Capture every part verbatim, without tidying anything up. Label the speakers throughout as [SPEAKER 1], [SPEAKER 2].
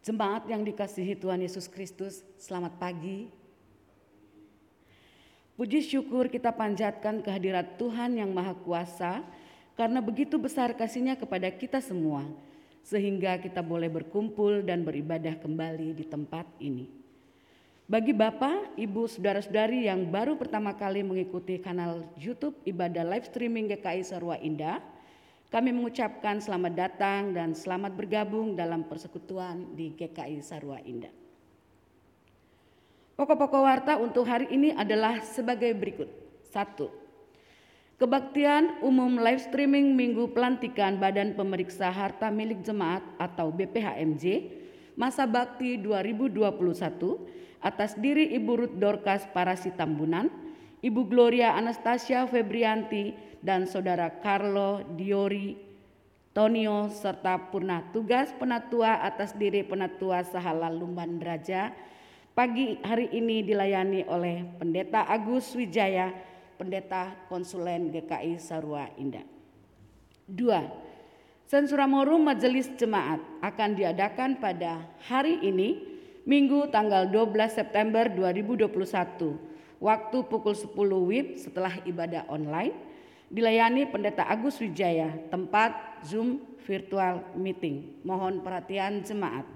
[SPEAKER 1] Jemaat yang dikasihi Tuhan Yesus Kristus, selamat pagi. Puji syukur kita panjatkan kehadirat Tuhan yang Maha Kuasa, karena begitu besar kasih-Nya kepada kita semua, sehingga kita boleh berkumpul dan beribadah kembali di tempat ini. Bagi Bapak, Ibu, Saudara-saudari yang baru pertama kali mengikuti kanal YouTube Ibadah Live Streaming G K I Sarwa Indah, kami mengucapkan selamat datang dan selamat bergabung dalam persekutuan di G K I Sarwa Indah. Pokok-pokok warta untuk hari ini adalah sebagai berikut. Satu, kebaktian umum live streaming Minggu Pelantikan Badan Pemeriksa Harta Milik Jemaat atau B P H M J Masa Bakti dua ribu dua puluh satu atas diri Ibu Ruth Dorcas Parasi Tambunan, Ibu Gloria Anastasia Febrianti, dan Saudara Carlo Diori Tonio serta purna tugas penatua atas diri penatua Sahala Lumban Raja pagi hari ini dilayani oleh Pendeta Agus Wijaya, Pendeta Konsulen G K I Sarwa Indah. Dua, Sensuramorum Majelis Jemaat akan diadakan pada hari ini Minggu tanggal dua belas September dua ribu dua puluh satu waktu pukul sepuluh W I B setelah ibadah online, dilayani Pendeta Agus Wijaya, tempat Zoom virtual meeting. Mohon perhatian jemaat.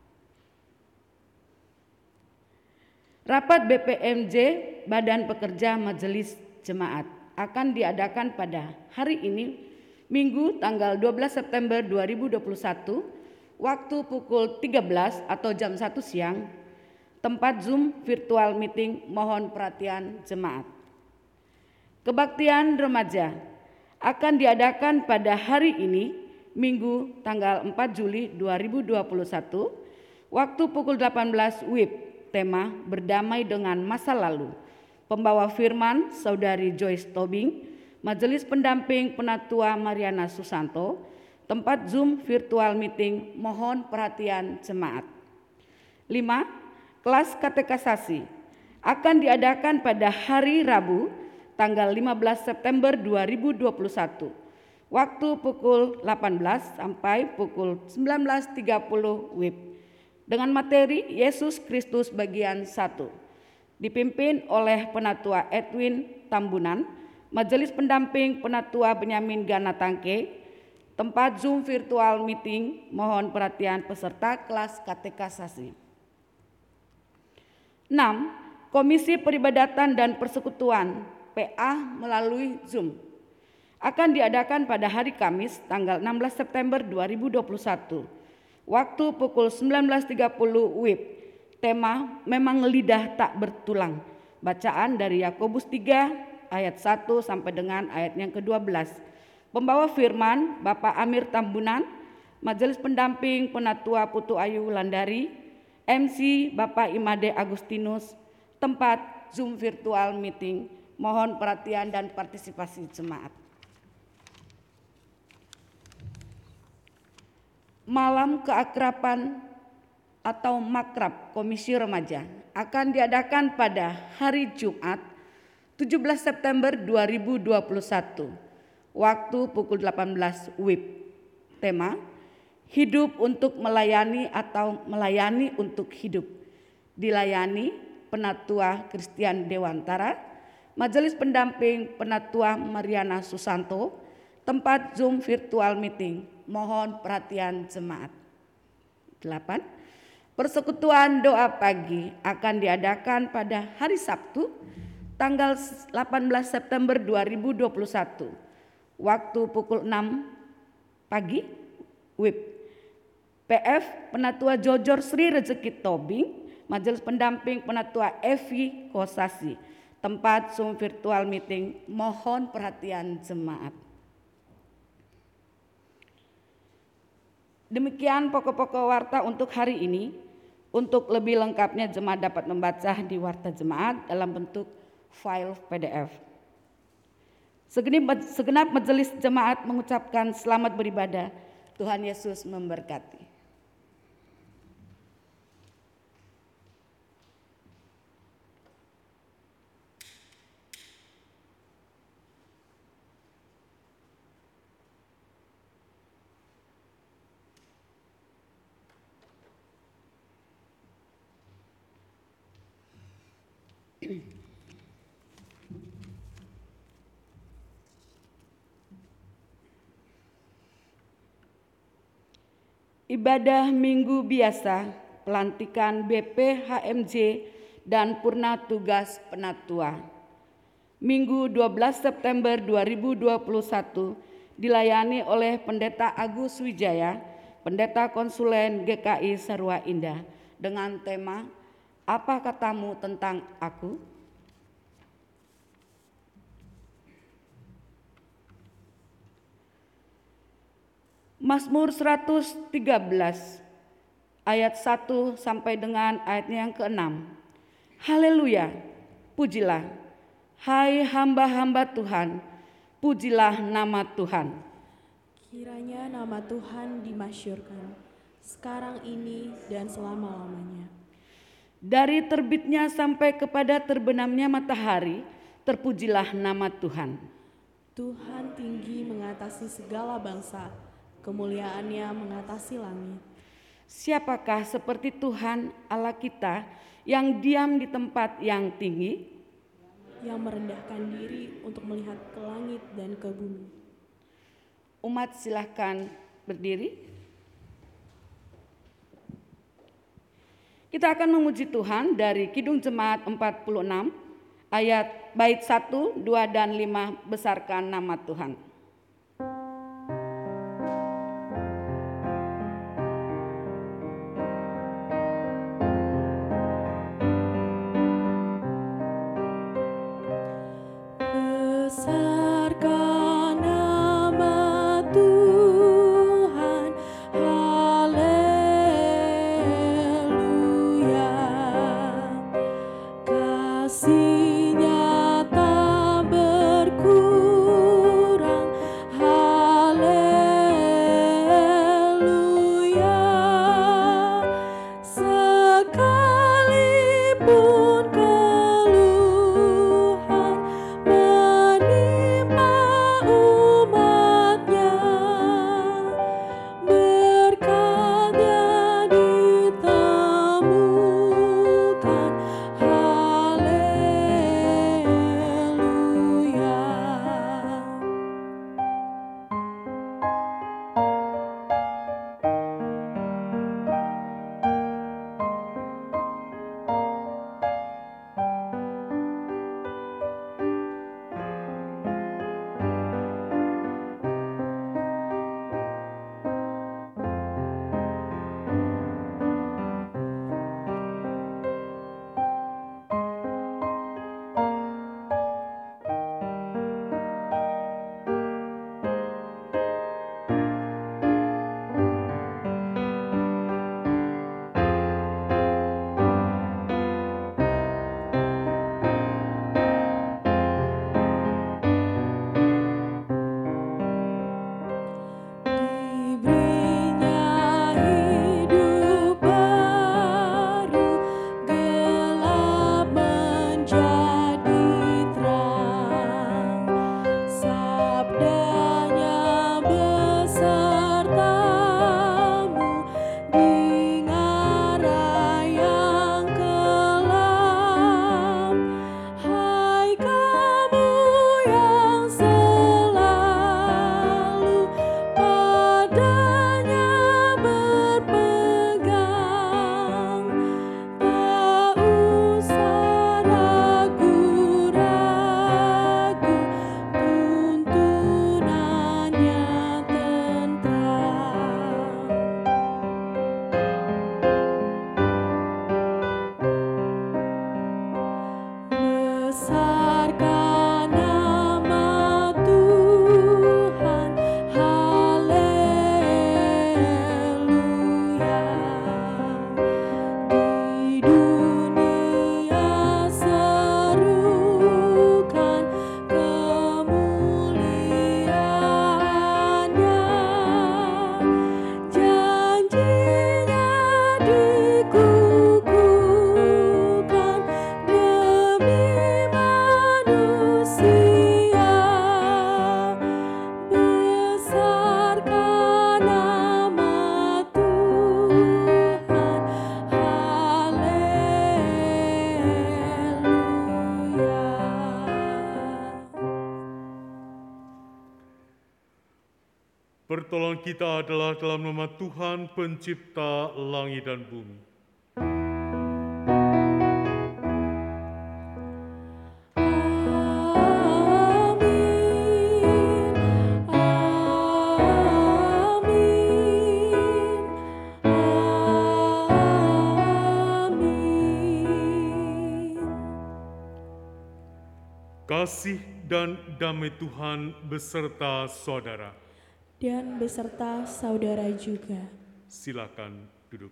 [SPEAKER 1] Rapat B P M J Badan Pekerja Majelis Jemaat akan diadakan pada hari ini Minggu tanggal dua belas September dua ribu dua puluh satu waktu pukul tiga belas atau jam satu siang, tempat Zoom virtual meeting. Mohon perhatian jemaat. Kebaktian remaja akan diadakan pada hari ini Minggu tanggal empat Juli dua ribu dua puluh satu waktu pukul delapan belas W I B. Tema berdamai dengan masa lalu. Pembawa firman Saudari Joyce Tobing, Majelis Pendamping Penatua Mariana Susanto, tempat Zoom virtual meeting. Mohon perhatian jemaat. Lima, kelas katekisasi akan diadakan pada hari Rabu tanggal lima belas September dua ribu dua puluh satu waktu pukul delapan belas sampai pukul sembilan belas tiga puluh W I B dengan materi Yesus Kristus bagian satu, dipimpin oleh Penatua Edwin Tambunan, Majelis Pendamping Penatua Benyamin Gana Tangke, tempat Zoom virtual meeting. Mohon perhatian peserta kelas katekisasi. Enam, Komisi Peribadatan dan Persekutuan P A melalui Zoom akan diadakan pada hari Kamis tanggal enam belas September dua ribu dua puluh satu waktu pukul sembilan belas tiga puluh W I B. Tema memang lidah tak bertulang. Bacaan dari Yakobus tiga ayat satu sampai dengan ayat yang kedua belas. Pembawa firman Bapak Amir Tambunan, Majelis Pendamping Penatua Putu Ayu Wulandari, M C Bapak Imade Agustinus, tempat Zoom virtual meeting. Mohon perhatian dan partisipasi jemaat. Malam keakraban atau makrab Komisi Remaja akan diadakan pada hari Jumat tujuh belas September dua ribu dua puluh satu waktu pukul delapan belas W I B. Tema hidup untuk melayani atau melayani untuk hidup. Dilayani Penatua Christian Dewantara, Majelis Pendamping Penatua Mariana Susanto, tempat Zoom virtual meeting. Mohon perhatian jemaat. Delapan, persekutuan doa pagi akan diadakan pada hari Sabtu tanggal delapan belas September dua ribu dua puluh satu waktu pukul enam pagi W I B. P F Penatua Jojor Sri Rezeki Tobing, Majelis Pendamping Penatua Evi Kosasi, tempat Zoom virtual meeting. Mohon perhatian jemaat. Demikian pokok-pokok warta untuk hari ini. Untuk lebih lengkapnya jemaat dapat membaca di warta jemaat dalam bentuk file P D F. Segenap majelis jemaat mengucapkan selamat beribadah. Tuhan Yesus memberkati. Ibadah Minggu Biasa, pelantikan B P H M J dan Purna Tugas Penatua. Minggu dua belas September dua ribu dua puluh satu dilayani oleh Pendeta Agus Wijaya, Pendeta Konsulen G K I Sarua Indah dengan tema "Apa Katamu Tentang Aku?". Mazmur seratus tiga belas ayat satu sampai dengan ayatnya yang keenam. Haleluya, pujilah, hai hamba-hamba Tuhan, pujilah nama Tuhan.
[SPEAKER 2] Kiranya nama Tuhan dimasyurkan, sekarang ini dan selama-lamanya.
[SPEAKER 1] Dari terbitnya sampai kepada terbenamnya matahari, terpujilah nama Tuhan.
[SPEAKER 2] Tuhan tinggi mengatasi segala bangsa, kemuliaannya mengatasi langit.
[SPEAKER 1] Siapakah seperti Tuhan Allah kita yang diam di tempat yang tinggi,
[SPEAKER 2] yang merendahkan diri untuk melihat ke langit dan ke bumi.
[SPEAKER 1] Umat silahkan berdiri. Kita akan memuji Tuhan dari Kidung Jemaat empat puluh enam ayat bait satu, dua, dan lima, besarkan nama Tuhan.
[SPEAKER 3] Sekalipun keluhan menimpa Pertolongan kita adalah dalam nama Tuhan pencipta langit dan bumi. Kasih dan damai Tuhan beserta saudara.
[SPEAKER 2] Dan beserta saudara juga.
[SPEAKER 3] Silakan duduk.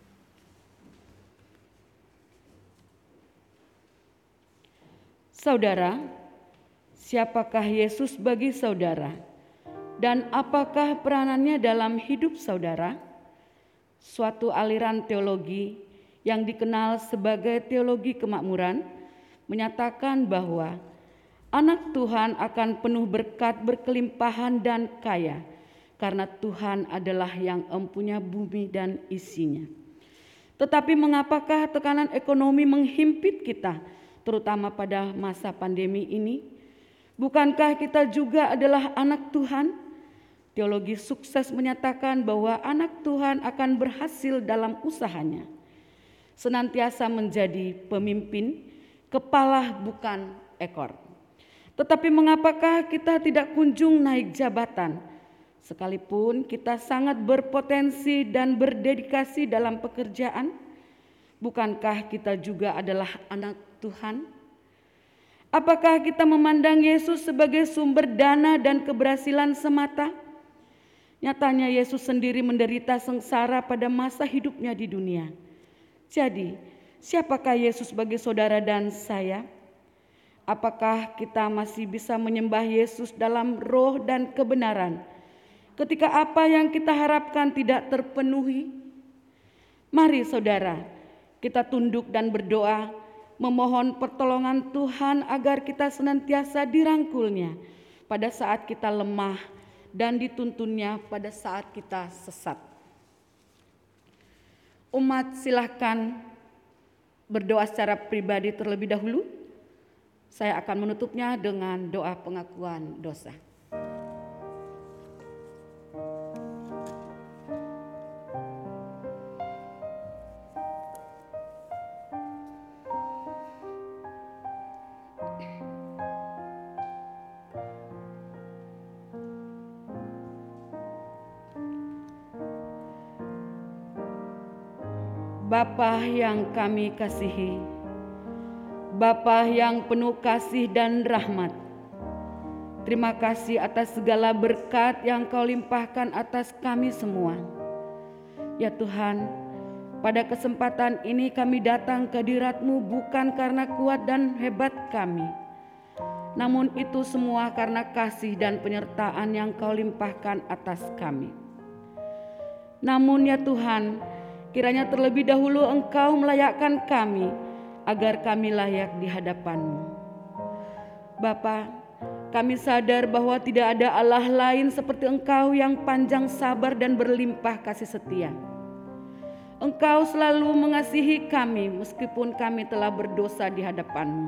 [SPEAKER 1] Saudara, siapakah Yesus bagi saudara? Dan apakah peranannya dalam hidup saudara? Suatu aliran teologi yang dikenal sebagai teologi kemakmuran menyatakan bahwa anak Tuhan akan penuh berkat, berkelimpahan dan kaya, karena Tuhan adalah yang empunya bumi dan isinya. Tetapi mengapakah tekanan ekonomi menghimpit kita, terutama pada masa pandemi ini? Bukankah kita juga adalah anak Tuhan? Teologi sukses menyatakan bahwa anak Tuhan akan berhasil dalam usahanya, senantiasa menjadi pemimpin, kepala bukan ekor. Tetapi mengapakah kita tidak kunjung naik jabatan, sekalipun kita sangat berpotensi dan berdedikasi dalam pekerjaan? Bukankah kita juga adalah anak Tuhan? Apakah kita memandang Yesus sebagai sumber dana dan keberhasilan semata? Nyatanya Yesus sendiri menderita sengsara pada masa hidupnya di dunia. Jadi, siapakah Yesus bagi saudara dan saya? Apakah kita masih bisa menyembah Yesus dalam roh dan kebenaran ketika apa yang kita harapkan tidak terpenuhi? Mari saudara, kita tunduk dan berdoa, memohon pertolongan Tuhan agar kita senantiasa dirangkulnya pada saat kita lemah dan dituntunnya pada saat kita sesat. Umat silahkan berdoa secara pribadi terlebih dahulu. Saya akan menutupnya dengan doa pengakuan dosa. Bapa yang kami kasihi, Bapa yang penuh kasih dan rahmat, terima kasih atas segala berkat yang Kau limpahkan atas kami semua. Ya Tuhan, pada kesempatan ini kami datang ke hadirat-Mu bukan karena kuat dan hebat kami, namun itu semua karena kasih dan penyertaan yang Kau limpahkan atas kami. Namun ya Tuhan, kiranya terlebih dahulu Engkau melayakkan kami agar kami layak di hadapan-Mu. Bapa, kami sadar bahwa tidak ada Allah lain seperti Engkau yang panjang sabar dan berlimpah kasih setia. Engkau selalu mengasihi kami meskipun kami telah berdosa di hadapan-Mu.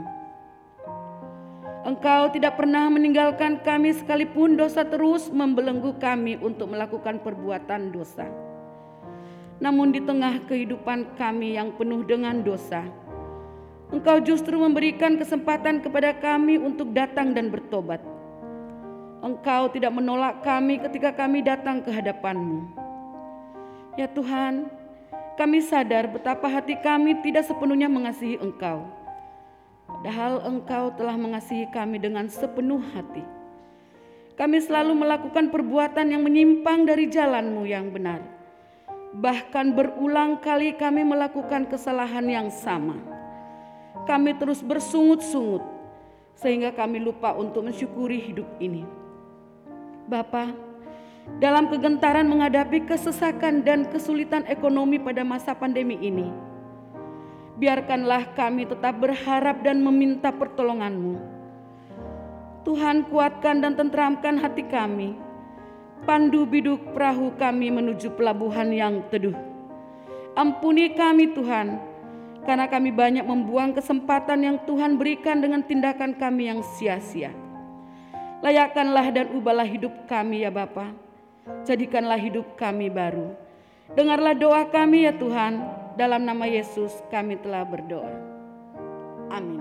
[SPEAKER 1] Engkau tidak pernah meninggalkan kami sekalipun dosa terus membelenggu kami untuk melakukan perbuatan dosa. Namun di tengah kehidupan kami yang penuh dengan dosa, Engkau justru memberikan kesempatan kepada kami untuk datang dan bertobat. Engkau tidak menolak kami ketika kami datang ke hadapan-Mu. Ya Tuhan, kami sadar betapa hati kami tidak sepenuhnya mengasihi Engkau. Padahal Engkau telah mengasihi kami dengan sepenuh hati. Kami selalu melakukan perbuatan yang menyimpang dari jalan-Mu yang benar. Bahkan berulang kali kami melakukan kesalahan yang sama. Kami terus bersungut-sungut sehingga kami lupa untuk mensyukuri hidup ini. Bapa, dalam kegentaran menghadapi kesesakan dan kesulitan ekonomi pada masa pandemi ini, biarkanlah kami tetap berharap dan meminta pertolongan-Mu. Tuhan, kuatkan dan tenteramkan hati kami. Pandu biduk perahu kami menuju pelabuhan yang teduh. Ampuni kami Tuhan, karena kami banyak membuang kesempatan yang Tuhan berikan dengan tindakan kami yang sia-sia. Layakkanlah dan ubahlah hidup kami ya Bapa. jadikanlah hidup kami baru. Dengarlah doa kami ya Tuhan, dalam nama Yesus kami telah berdoa. Amin.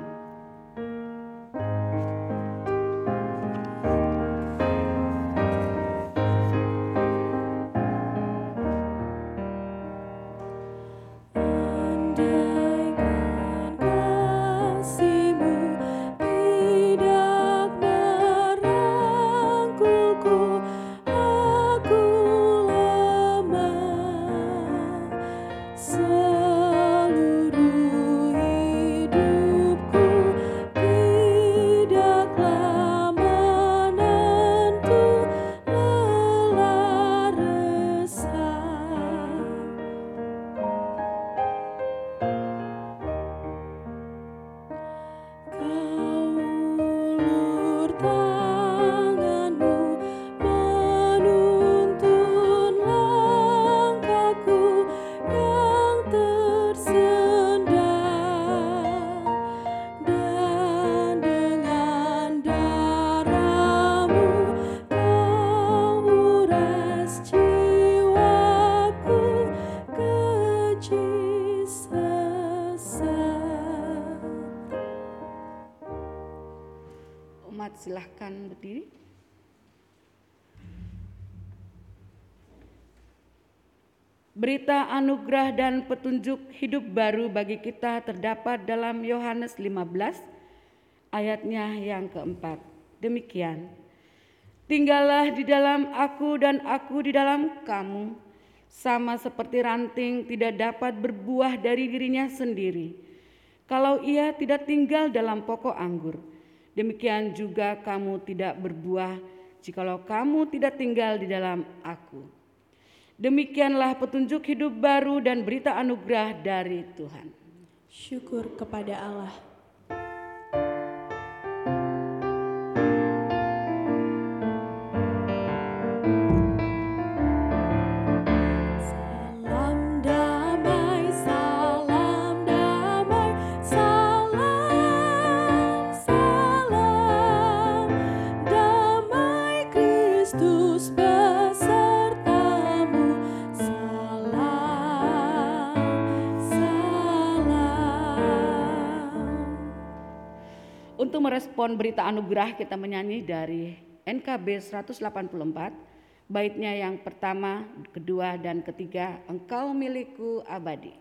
[SPEAKER 1] Silahkan berdiri. Berita anugerah dan petunjuk hidup baru bagi kita terdapat dalam Yohanes lima belas ayatnya yang keempat. Demikian, tinggallah di dalam aku dan aku di dalam kamu, sama seperti ranting tidak dapat berbuah dari dirinya sendiri, kalau ia tidak tinggal dalam pokok anggur. Demikian juga kamu tidak berbuah jikalau kamu tidak tinggal di dalam aku. Demikianlah petunjuk hidup baru dan berita anugerah dari Tuhan.
[SPEAKER 2] Syukur kepada Allah.
[SPEAKER 1] Untuk merespon berita anugerah, kita menyanyi dari N K B seratus delapan puluh empat, baitnya yang pertama, kedua, dan ketiga, Engkau milikku abadi.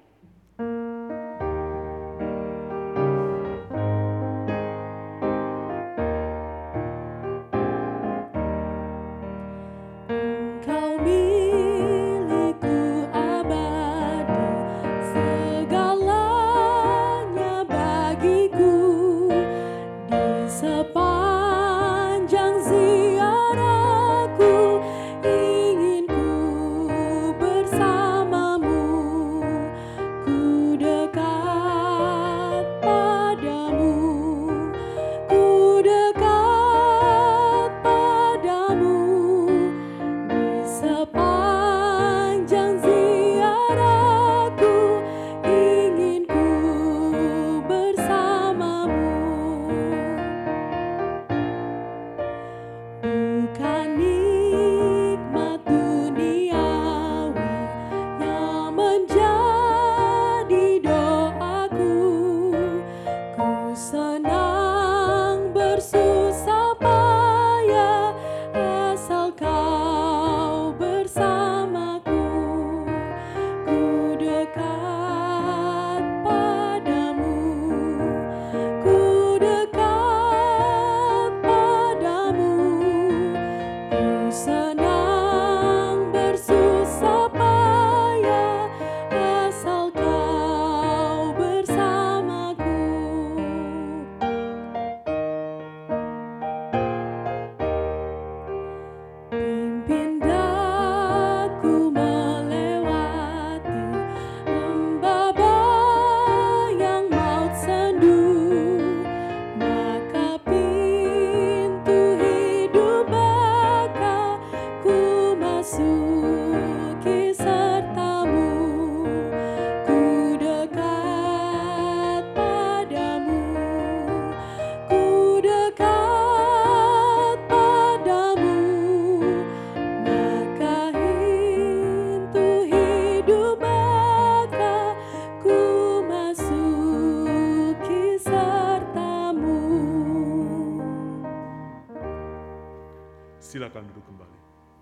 [SPEAKER 3] Silakan duduk kembali.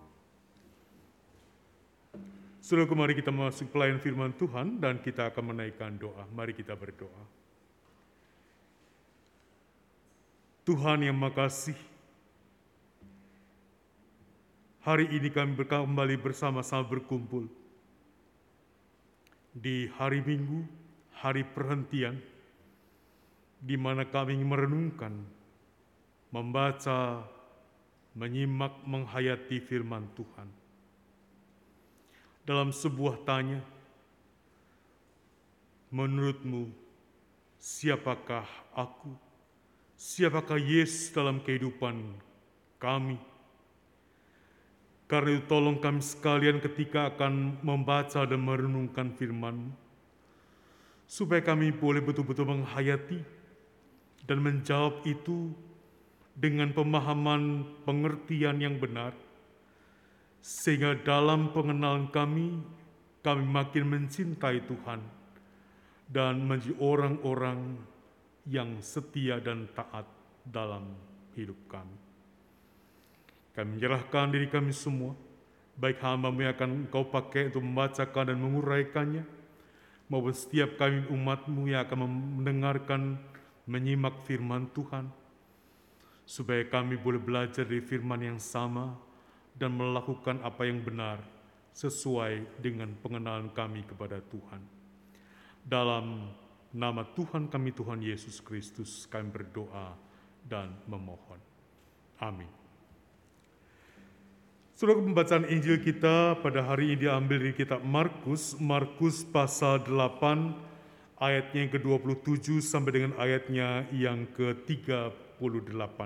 [SPEAKER 3] Saudaraku, mari kita masuk pelayan firman Tuhan dan kita akan menaikkan doa. Mari kita berdoa. Tuhan yang makasih, hari ini kami kembali bersama-sama berkumpul di hari Minggu, hari perhentian, di mana kami merenungkan, membaca, menyimak, menghayati firman Tuhan. Dalam sebuah tanya, menurutmu siapakah aku? Siapakah Yesus dalam kehidupan kami? Karena itu tolong kami sekalian ketika akan membaca dan merenungkan firman-Mu, supaya kami boleh betul-betul menghayati dan menjawab itu dengan pemahaman pengertian yang benar, sehingga dalam pengenalan kami, kami makin mencintai Tuhan dan menjadi orang-orang yang setia dan taat dalam hidup kami. Kami menyerahkan diri kami semua, baik hamba-Mu yang akan Engkau pakai untuk membacakan dan menguraikannya, maupun setiap kami umat-Mu yang akan mendengarkan, menyimak firman Tuhan, supaya kami boleh belajar dari firman yang sama dan melakukan apa yang benar sesuai dengan pengenalan kami kepada Tuhan. Dalam nama Tuhan kami, Tuhan Yesus Kristus, kami berdoa dan memohon. Amin. Saudara, pembacaan Injil kita pada hari ini diambil dari kitab Markus, Markus pasal delapan, ayatnya yang ke dua puluh tujuh sampai dengan ayatnya yang ke tiga puluh delapan.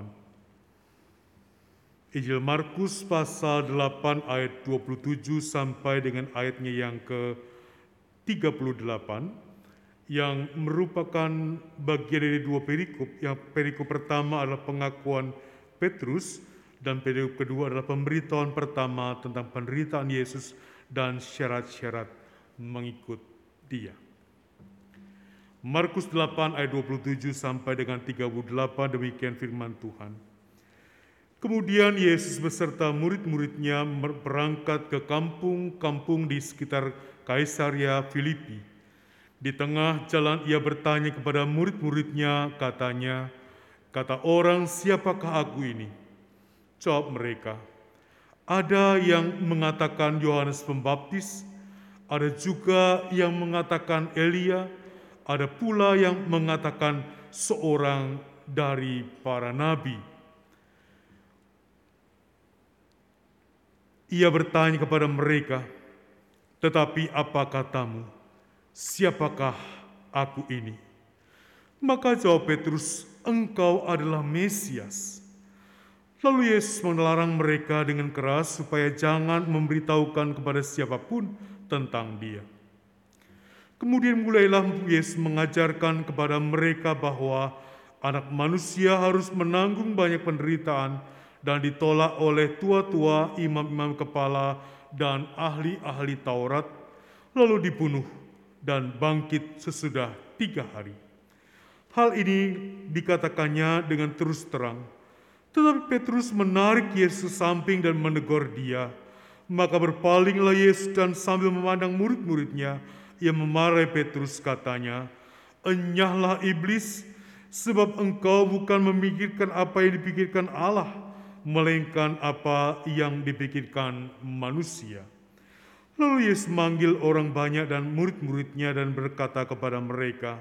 [SPEAKER 3] Injil Markus pasal delapan ayat dua puluh tujuh sampai dengan ayatnya yang ke tiga puluh delapan, yang merupakan bagian dari dua perikop. Yang perikop pertama adalah pengakuan Petrus, dan perikop kedua adalah pemberitahuan pertama tentang penderitaan Yesus dan syarat-syarat mengikut Dia. Markus delapan ayat dua puluh tujuh sampai dengan tiga puluh delapan, demikian firman Tuhan. Kemudian Yesus beserta murid-muridnya berangkat ke kampung-kampung di sekitar Kaisaria Filipi. Di tengah jalan ia bertanya kepada murid-muridnya, katanya, kata orang, siapakah aku ini? Jawab mereka, ada yang mengatakan Yohanes Pembaptis, ada juga yang mengatakan Elia, ada pula yang mengatakan seorang dari para nabi. Ia bertanya kepada mereka, tetapi apa katamu? Siapakah aku ini? Maka jawab Petrus, engkau adalah Mesias. Lalu Yesus melarang mereka dengan keras supaya jangan memberitahukan kepada siapapun tentang Dia. Kemudian mulailah Yesus mengajarkan kepada mereka bahwa Anak Manusia harus menanggung banyak penderitaan dan ditolak oleh tua-tua, imam-imam kepala, dan ahli-ahli Taurat, lalu dibunuh dan bangkit sesudah tiga hari. Hal ini dikatakannya dengan terus terang. Tetapi Petrus menarik Yesus samping dan menegur dia. Maka berpalinglah Yesus dan sambil memandang murid-muridnya, ia memarahi Petrus, katanya, enyahlah iblis, sebab engkau bukan memikirkan apa yang dipikirkan Allah, melainkan apa yang dipikirkan manusia. Lalu Yesus manggil orang banyak dan murid-muridnya dan berkata kepada mereka,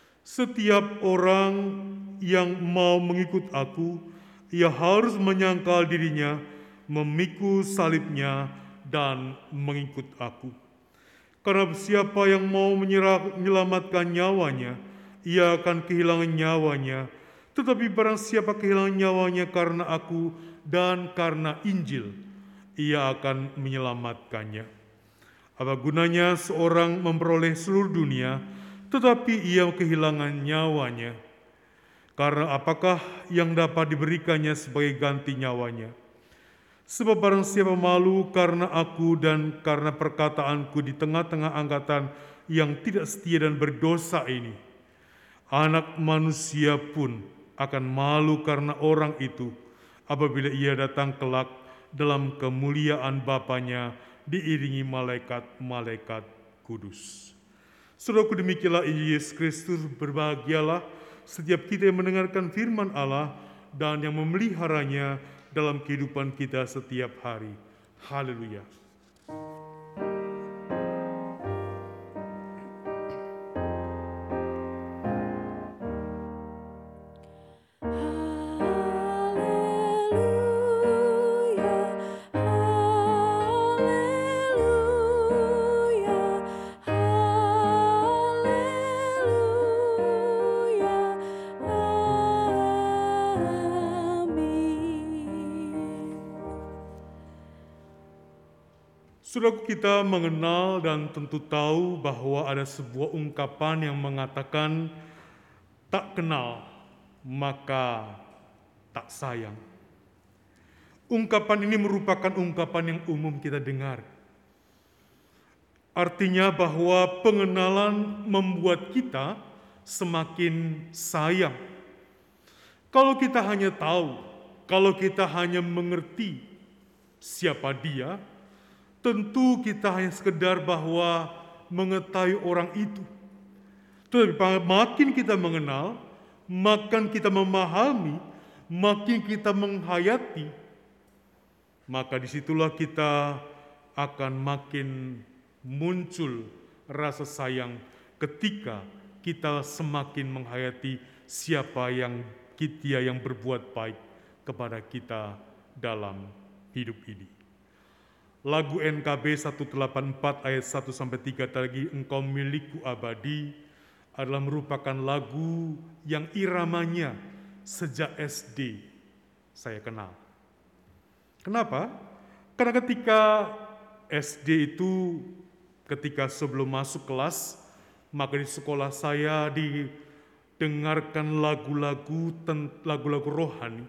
[SPEAKER 3] setiap orang yang mau mengikut aku, ia harus menyangkal dirinya, memikul salibnya, dan mengikut aku. Karena siapa yang mau menyerah, menyelamatkan nyawanya, ia akan kehilangan nyawanya. Tetapi barang siapa kehilangan nyawanya karena aku dan karena Injil, ia akan menyelamatkannya. Apa gunanya seorang memperoleh seluruh dunia, tetapi ia kehilangan nyawanya? Karena apakah yang dapat diberikannya sebagai ganti nyawanya? Sebab barang siapa malu karena aku dan karena perkataanku di tengah-tengah angkatan yang tidak setia dan berdosa ini, Anak Manusia pun akan malu karena orang itu apabila ia datang kelak dalam kemuliaan Bapa-Nya diiringi malaikat-malaikat kudus. Saudaraku, demikianlah Injil Yesus Kristus. Berbahagialah setiap kita yang mendengarkan firman Allah dan yang memeliharanya dalam kehidupan kita setiap hari. Haleluya. Saudaraku, kita mengenal dan tentu tahu bahwa ada sebuah ungkapan yang mengatakan tak kenal maka tak sayang. Ungkapan ini merupakan ungkapan yang umum kita dengar. Artinya bahwa pengenalan membuat kita semakin sayang. Kalau kita hanya tahu, kalau kita hanya mengerti siapa dia, tentu kita hanya sekedar bahwa mengetahui orang itu. Tetapi makin kita mengenal, makin kita memahami, makin kita menghayati, maka disitulah kita akan makin muncul rasa sayang ketika kita semakin menghayati siapa yang kita yang berbuat baik kepada kita dalam hidup ini. Lagu N K B seratus delapan puluh empat ayat satu sampai tiga tadi, Engkau milikku abadi, adalah merupakan lagu yang iramanya sejak S D saya kenal. Kenapa? Karena ketika S D itu, ketika sebelum masuk kelas, maka di sekolah saya didengarkan lagu-lagu lagu-lagu rohani,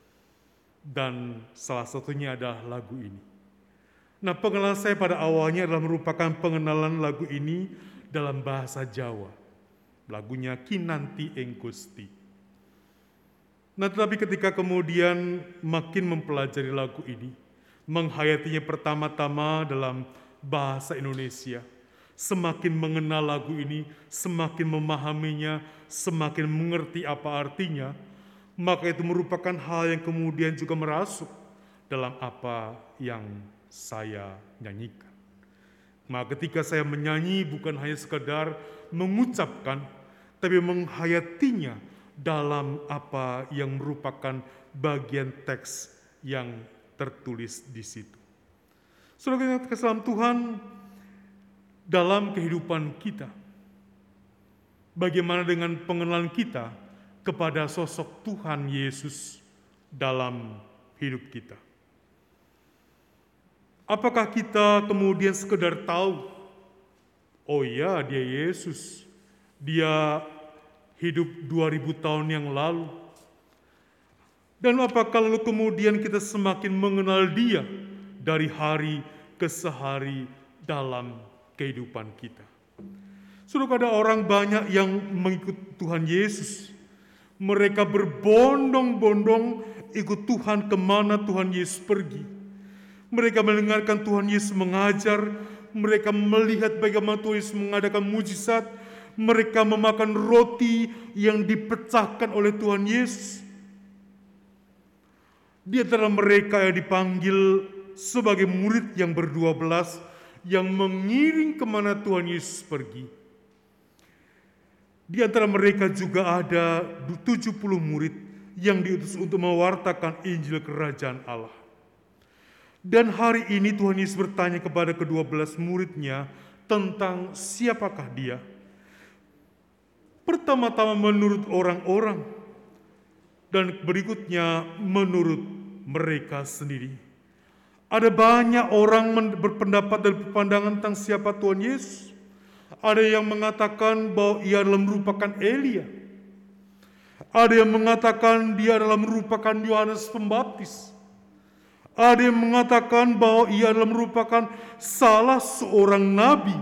[SPEAKER 3] dan salah satunya adalah lagu ini. Nah, pengenalan saya pada awalnya adalah merupakan pengenalan lagu ini dalam bahasa Jawa. Lagunya Kinanti Ing Gusti. Nah, tetapi ketika kemudian makin mempelajari lagu ini, menghayatinya pertama-tama dalam bahasa Indonesia, semakin mengenal lagu ini, semakin memahaminya, semakin mengerti apa artinya, maka itu merupakan hal yang kemudian juga merasuk dalam apa yang saya nyanyikan. Maka ketika saya menyanyi bukan hanya sekadar mengucapkan, tapi menghayatinya dalam apa yang merupakan bagian teks yang tertulis di situ. Saudara kesalahan Tuhan dalam kehidupan kita, bagaimana dengan pengenalan kita kepada sosok Tuhan Yesus dalam hidup kita? Apakah kita kemudian sekedar tahu, oh iya dia Yesus, dia hidup dua ribu tahun yang lalu. Dan apakah lalu kemudian kita semakin mengenal dia dari hari ke hari dalam kehidupan kita. Sudah ada orang banyak yang mengikut Tuhan Yesus. Mereka berbondong-bondong ikut Tuhan kemana Tuhan Yesus pergi. Mereka mendengarkan Tuhan Yesus mengajar, mereka melihat bagaimana Tuhan Yesus mengadakan mujizat, mereka memakan roti yang dipecahkan oleh Tuhan Yesus. Di antara mereka yang dipanggil sebagai murid yang berdua belas, yang mengiring kemana Tuhan Yesus pergi. Di antara mereka juga ada tujuh puluh murid yang diutus untuk mewartakan Injil Kerajaan Allah. Dan hari ini Tuhan Yesus bertanya kepada kedua belas muridnya tentang siapakah dia. Pertama-tama menurut orang-orang, dan berikutnya menurut mereka sendiri. Ada banyak orang berpendapat dan berpandangan tentang siapa Tuhan Yesus. Ada yang mengatakan bahwa ia adalah merupakan Elia. Ada yang mengatakan dia adalah merupakan Yohanes Pembaptis. Ada yang mengatakan bahwa ia adalah merupakan salah seorang nabi.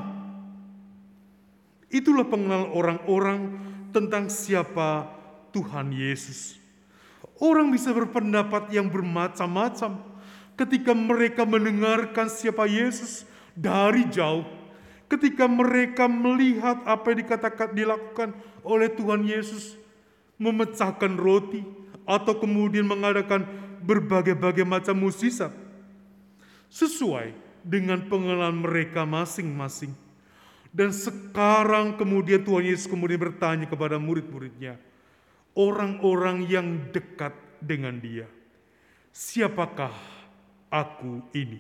[SPEAKER 3] Itulah pengenalan orang-orang tentang siapa Tuhan Yesus. Orang bisa berpendapat yang bermacam-macam ketika mereka mendengarkan siapa Yesus dari jauh. Ketika mereka melihat apa yang dikatakan dilakukan oleh Tuhan Yesus, memecahkan roti atau kemudian mengadakan berbagai-bagai macam mukjizat sesuai dengan pengenalan mereka masing-masing. Dan sekarang kemudian Tuhan Yesus kemudian bertanya kepada murid-muridnya, orang-orang yang dekat dengan dia, siapakah aku ini?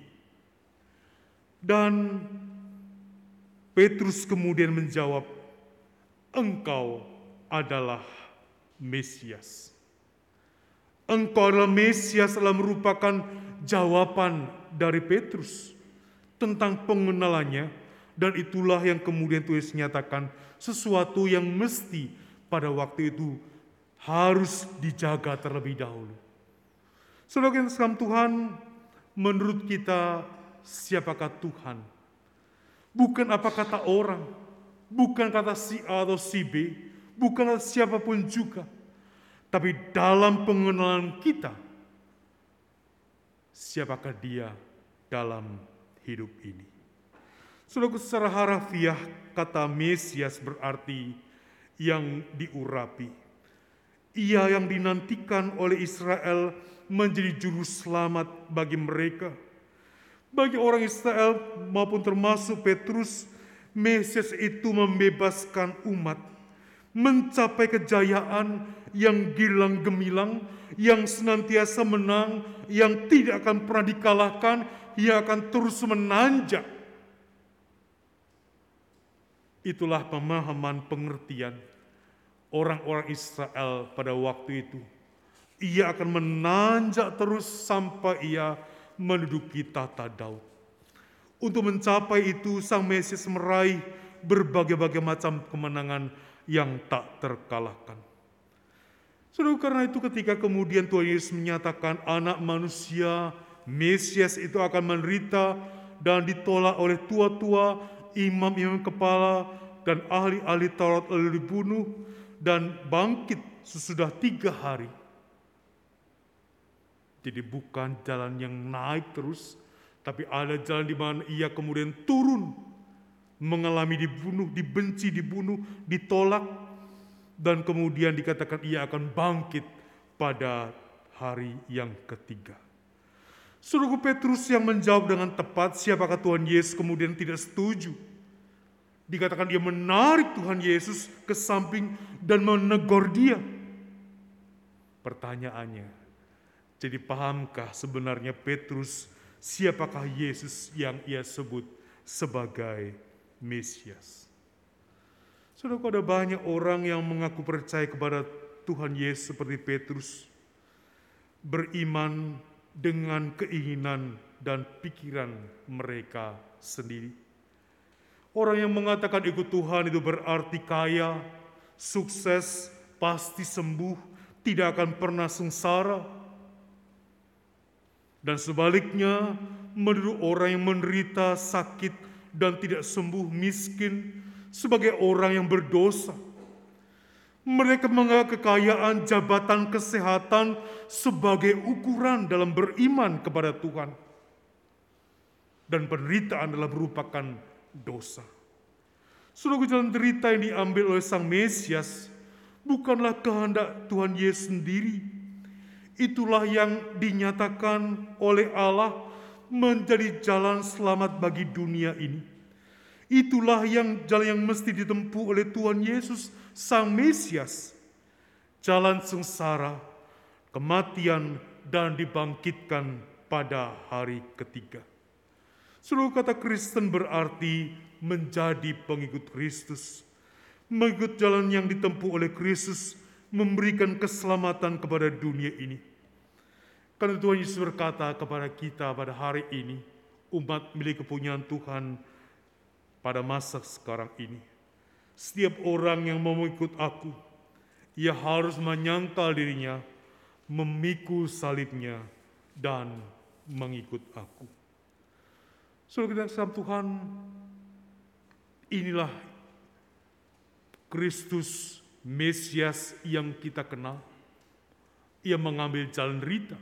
[SPEAKER 3] Dan Petrus kemudian menjawab, engkau adalah Mesias. Engkau adalah Mesias adalah merupakan jawaban dari Petrus tentang pengenalannya, dan itulah yang kemudian Tuhan nyatakan sesuatu yang mesti pada waktu itu harus dijaga terlebih dahulu. Saudara yang sekalian Tuhan, menurut kita siapakah Tuhan? Bukan apa kata orang, bukan kata si A atau si B, bukan kata siapapun juga. Tapi dalam pengenalan kita, siapakah dia dalam hidup ini? Saudara, secara harafiah kata Mesias berarti yang diurapi. Ia yang dinantikan oleh Israel menjadi juru selamat bagi mereka. Bagi orang Israel maupun termasuk Petrus, Mesias itu membebaskan umat, mencapai kejayaan yang gilang gemilang, yang senantiasa menang, yang tidak akan pernah dikalahkan, yang akan terus menanjak. Itulah pemahaman pengertian orang-orang Israel pada waktu itu. Ia akan menanjak terus sampai ia menduduki tata Daud. Untuk mencapai itu, Sang Mesias meraih berbagai-bagai macam kemenangan yang tak terkalahkan. Saudara, karena itu ketika kemudian Tuhan Yesus menyatakan anak manusia, Mesias itu akan menderita dan ditolak oleh tua-tua, imam-imam kepala, dan ahli-ahli Taurat lalu dibunuh, dan bangkit sesudah tiga hari. Jadi bukan jalan yang naik terus, tapi ada jalan di mana ia kemudian turun, mengalami dibunuh, dibenci, dibunuh, ditolak, dan kemudian dikatakan ia akan bangkit pada hari yang ketiga. Saudara Petrus yang menjawab dengan tepat siapakah Tuhan Yesus kemudian tidak setuju. Dikatakan dia menarik Tuhan Yesus ke samping dan menegur dia. Pertanyaannya, jadi pahamkah sebenarnya Petrus siapakah Yesus yang ia sebut sebagai Mesias? Saudara, ada banyak orang yang mengaku percaya kepada Tuhan Yesus seperti Petrus, beriman dengan keinginan dan pikiran mereka sendiri. Orang yang mengatakan ikut Tuhan itu berarti kaya, sukses, pasti sembuh, tidak akan pernah sengsara. Dan sebaliknya, menurut orang yang menderita, sakit, dan tidak sembuh, miskin, sebagai orang yang berdosa. Mereka menganggap kekayaan, jabatan, kesehatan sebagai ukuran dalam beriman kepada Tuhan. Dan penderitaan adalah merupakan dosa. Saudara, jalan derita yang diambil oleh Sang Mesias bukanlah kehendak Tuhan Yesus sendiri. Itulah yang dinyatakan oleh Allah menjadi jalan selamat bagi dunia ini. Itulah yang jalan yang mesti ditempuh oleh Tuhan Yesus, Sang Mesias. Jalan sengsara, kematian, dan dibangkitkan pada hari ketiga. Seluruh kata Kristen berarti menjadi pengikut Kristus. Mengikut jalan yang ditempuh oleh Kristus memberikan keselamatan kepada dunia ini. Karena Tuhan Yesus berkata kepada kita pada hari ini, umat milik kepunyaan Tuhan pada masa sekarang ini. Setiap orang yang mau mengikut aku, ia harus menyangkal dirinya, memikul salibnya, dan mengikut aku. Saudara kita sekalian Tuhan, inilah Kristus Mesias yang kita kenal. ia mengambil jalan Rita.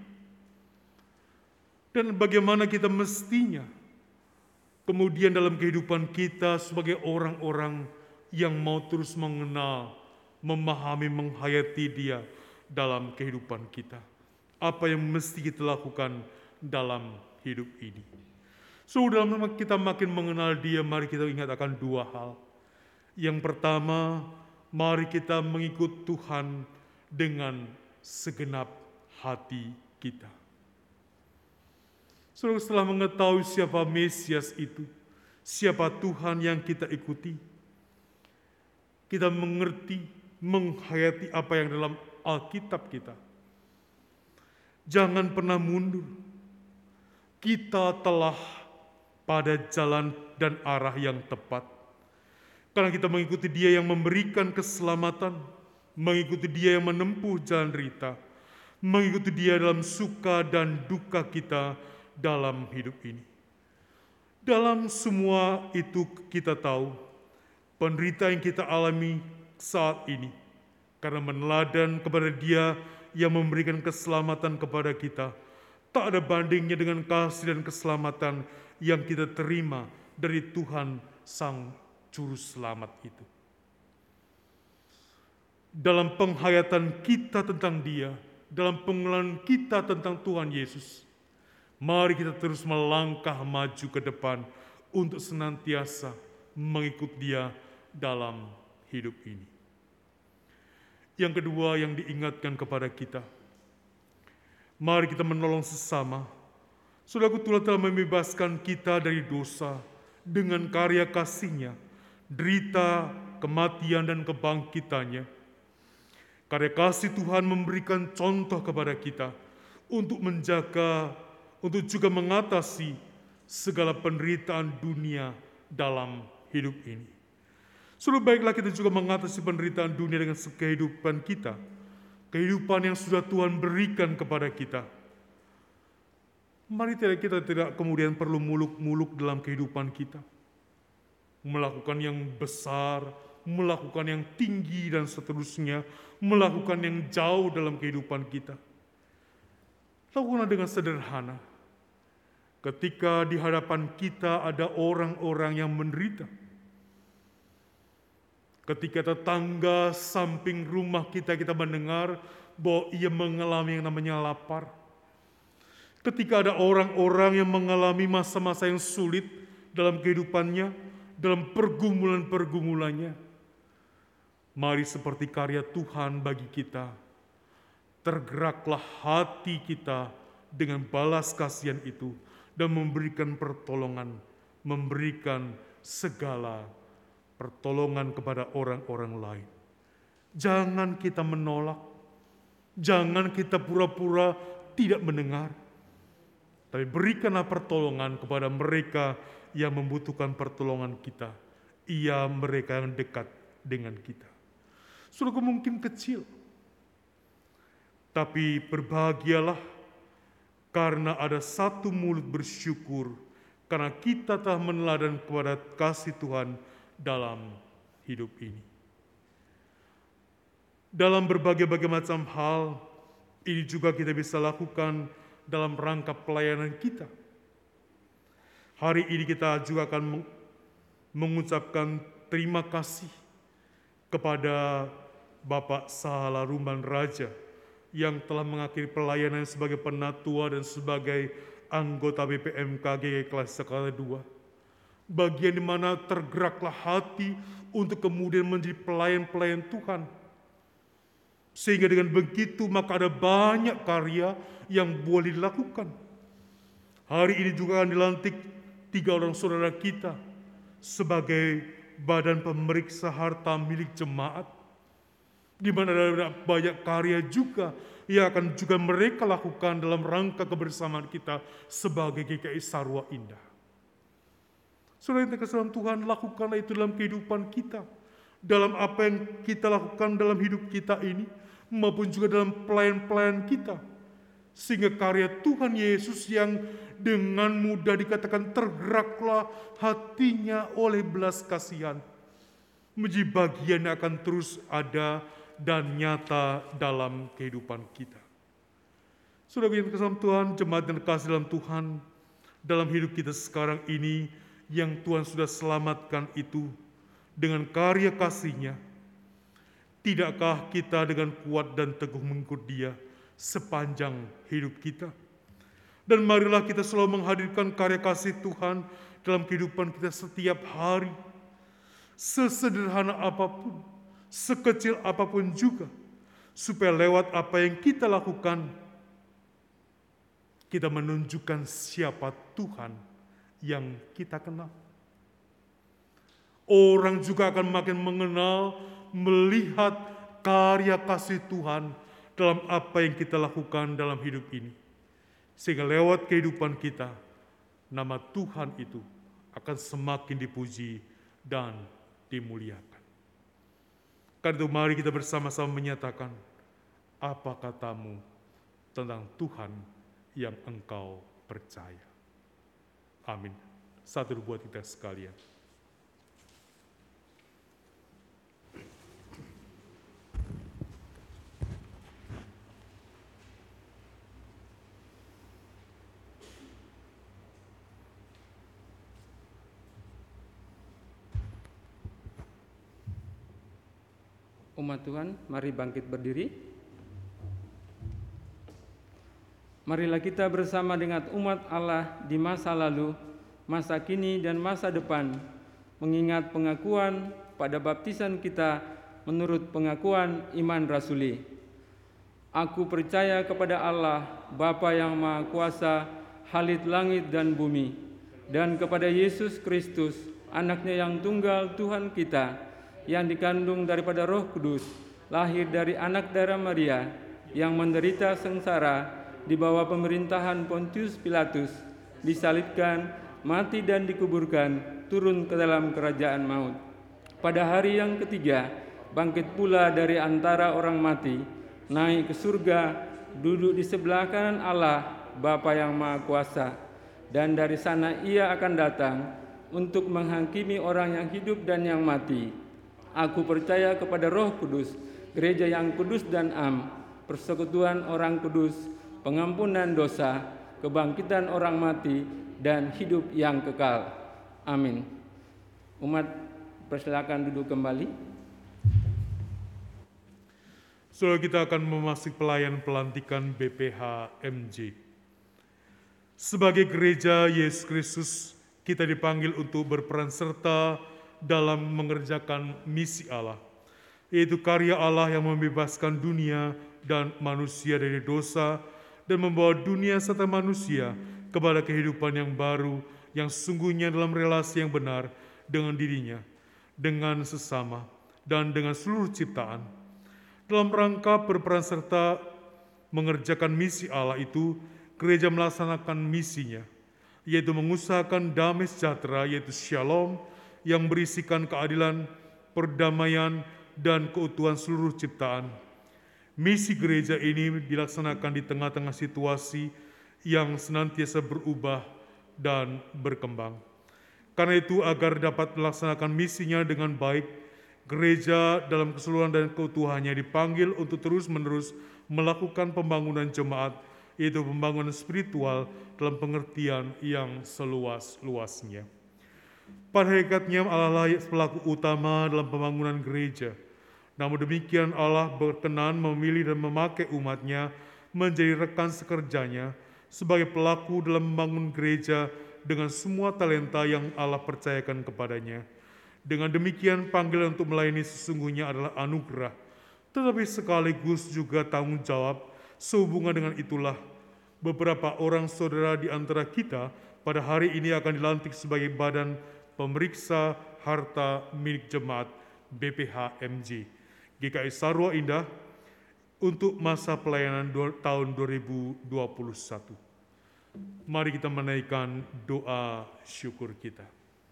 [SPEAKER 3] Dan bagaimana kita mestinya kemudian dalam kehidupan kita sebagai orang-orang yang mau terus mengenal, memahami, menghayati Dia dalam kehidupan kita. Apa yang mesti kita lakukan dalam hidup ini. So, dalam kita makin mengenal Dia, mari kita ingat akan dua hal. Yang pertama, mari kita mengikut Tuhan dengan segenap hati kita. Saudara, setelah mengetahui siapa Mesias itu, siapa Tuhan yang kita ikuti, kita mengerti, menghayati apa yang dalam Alkitab kita. Jangan pernah mundur. Kita telah pada jalan dan arah yang tepat. Karena kita mengikuti Dia yang memberikan keselamatan, mengikuti Dia yang menempuh jalan Rita, mengikuti Dia dalam suka dan duka kita dalam hidup ini. Dalam semua itu kita tahu, penderitaan yang kita alami saat ini, karena meneladan kepada Dia yang memberikan keselamatan kepada kita, tak ada bandingnya dengan kasih dan keselamatan yang kita terima dari Tuhan Sang Juru Selamat itu. Dalam penghayatan kita tentang Dia, dalam pengenalan kita tentang Tuhan Yesus, mari kita terus melangkah maju ke depan untuk senantiasa mengikut Dia dalam hidup ini. Yang kedua yang diingatkan kepada kita, mari kita menolong sesama. Saudaraku, Tuhan telah membebaskan kita dari dosa dengan karya kasih-Nya, derita, kematian, dan kebangkitannya. Karya kasih Tuhan memberikan contoh kepada kita untuk menjaga, untuk juga mengatasi segala penderitaan dunia dalam hidup ini. Sudah baiklah kita juga mengatasi penderitaan dunia dengan kehidupan kita, kehidupan yang sudah Tuhan berikan kepada kita. Mari tidak kita tidak kemudian perlu muluk-muluk dalam kehidupan kita, melakukan yang besar, melakukan yang tinggi dan seterusnya, melakukan yang jauh dalam kehidupan kita. Lakukanlah dengan sederhana. Ketika di hadapan kita ada orang-orang yang menderita, ketika tetangga samping rumah kita kita mendengar bahwa ia mengalami yang namanya lapar, ketika ada orang-orang yang mengalami masa-masa yang sulit dalam kehidupannya, dalam pergumulan-pergumulannya, mari seperti karya Tuhan bagi kita, tergeraklah hati kita dengan balas kasihan itu dan memberikan pertolongan, memberikan segala pertolongan kepada orang-orang lain. Jangan kita menolak, jangan kita pura-pura tidak mendengar, tapi berikanlah pertolongan kepada mereka yang membutuhkan pertolongan kita, ia mereka yang dekat dengan kita. Sudah mungkin kecil, tapi berbahagialah karena ada satu mulut bersyukur, karena kita telah meneladan kepada kasih Tuhan dalam hidup ini. Dalam berbagai-bagai macam hal, ini juga kita bisa lakukan dalam rangka pelayanan kita. Hari ini kita juga akan mengucapkan terima kasih kepada Bapak Sahala Rumban Raja yang telah mengakhiri pelayanan sebagai penatua dan sebagai anggota B P M K G kelas skala dua. Bagian di mana tergeraklah hati untuk kemudian menjadi pelayan-pelayan Tuhan. Sehingga dengan begitu maka ada banyak karya yang boleh dilakukan. Hari ini juga akan dilantik tiga orang saudara kita sebagai badan pemeriksa harta milik jemaat, di mana ada banyak karya juga yang akan juga mereka lakukan dalam rangka kebersamaan kita sebagai G K I Sarwa Indah. Saudara yang terkasih dalam Tuhan, lakukanlah itu dalam kehidupan kita, dalam apa yang kita lakukan dalam hidup kita ini, maupun juga dalam pelayan-pelayan kita, sehingga karya Tuhan Yesus yang dengan mudah dikatakan tergeraklah hatinya oleh belas kasihan, menjadi bagian yang akan terus ada dan nyata dalam kehidupan kita. Saudara yang kasih dalam Tuhan, jemaat dan kasih dalam Tuhan, dalam hidup kita sekarang ini, yang Tuhan sudah selamatkan itu dengan karya kasih-Nya, tidakkah kita dengan kuat dan teguh mengikut Dia sepanjang hidup kita? Dan marilah kita selalu menghadirkan karya kasih Tuhan dalam kehidupan kita setiap hari, sesederhana apapun, sekecil apapun juga, supaya lewat apa yang kita lakukan, kita menunjukkan siapa Tuhan yang kita kenal. Orang juga akan makin mengenal, melihat karya kasih Tuhan dalam apa yang kita lakukan dalam hidup ini. Sehingga lewat kehidupan kita, nama Tuhan itu akan semakin dipuji dan dimuliakan. Karena itu mari kita bersama-sama menyatakan, apa katamu tentang Tuhan yang engkau percaya. Amin. Satu buat kita sekalian.
[SPEAKER 4] Umat Tuhan, mari bangkit berdiri. Marilah kita bersama dengan umat Allah di masa lalu, masa kini, dan masa depan, mengingat pengakuan pada baptisan kita menurut pengakuan iman rasuli. Aku percaya kepada Allah, Bapa yang Maha Kuasa, Khalid langit dan bumi, dan kepada Yesus Kristus, Anak-Nya yang tunggal Tuhan kita, yang dikandung daripada Roh Kudus, lahir dari anak darah Maria, yang menderita sengsara di bawah pemerintahan Pontius Pilatus, disalibkan, mati dan dikuburkan, turun ke dalam kerajaan maut. Pada hari yang ketiga, bangkit pula dari antara orang mati, naik ke surga, duduk di sebelah kanan Allah, Bapa yang Maha Kuasa, dan dari sana Ia akan datang untuk menghakimi orang yang hidup dan yang mati. Aku percaya kepada Roh Kudus, gereja yang kudus dan am, persekutuan orang kudus, pengampunan dosa, kebangkitan orang mati, dan hidup yang kekal. Amin. Umat, persilakan duduk kembali.
[SPEAKER 3] Saudara, kita akan memasuki pelayan pelantikan B P H M J. Sebagai gereja Yesus Kristus, kita dipanggil untuk berperan serta dalam mengerjakan misi Allah, yaitu karya Allah yang membebaskan dunia dan manusia dari dosa dan membawa dunia serta manusia kepada kehidupan yang baru yang sungguhnya dalam relasi yang benar dengan dirinya, dengan sesama, dan dengan seluruh ciptaan. Dalam rangka berperan serta mengerjakan misi Allah itu, gereja melaksanakan misinya, yaitu mengusahakan damai sejahtera, yaitu shalom, yang berisikan keadilan, perdamaian, dan keutuhan seluruh ciptaan. Misi gereja ini dilaksanakan di tengah-tengah situasi yang senantiasa berubah dan berkembang. Karena itu, agar dapat melaksanakan misinya dengan baik, gereja dalam keseluruhan dan keutuhannya dipanggil untuk terus-menerus melakukan pembangunan jemaat, yaitu pembangunan spiritual dalam pengertian yang seluas-luasnya. Pada hakikatnya Allah lah pelaku utama dalam pembangunan gereja. Namun demikian Allah berkenan memilih dan memakai umatnya menjadi rekan sekerjanya sebagai pelaku dalam membangun gereja dengan semua talenta yang Allah percayakan kepadanya. Dengan demikian panggilan untuk melayani sesungguhnya adalah anugerah, tetapi sekaligus juga tanggung jawab. Sehubungan dengan itulah beberapa orang saudara di antara kita pada hari ini akan dilantik sebagai badan pemeriksa harta milik jemaat B P H M J G K I Sarwa Indah untuk masa pelayanan tahun dua ribu dua puluh satu. Mari kita menaikkan doa syukur kita.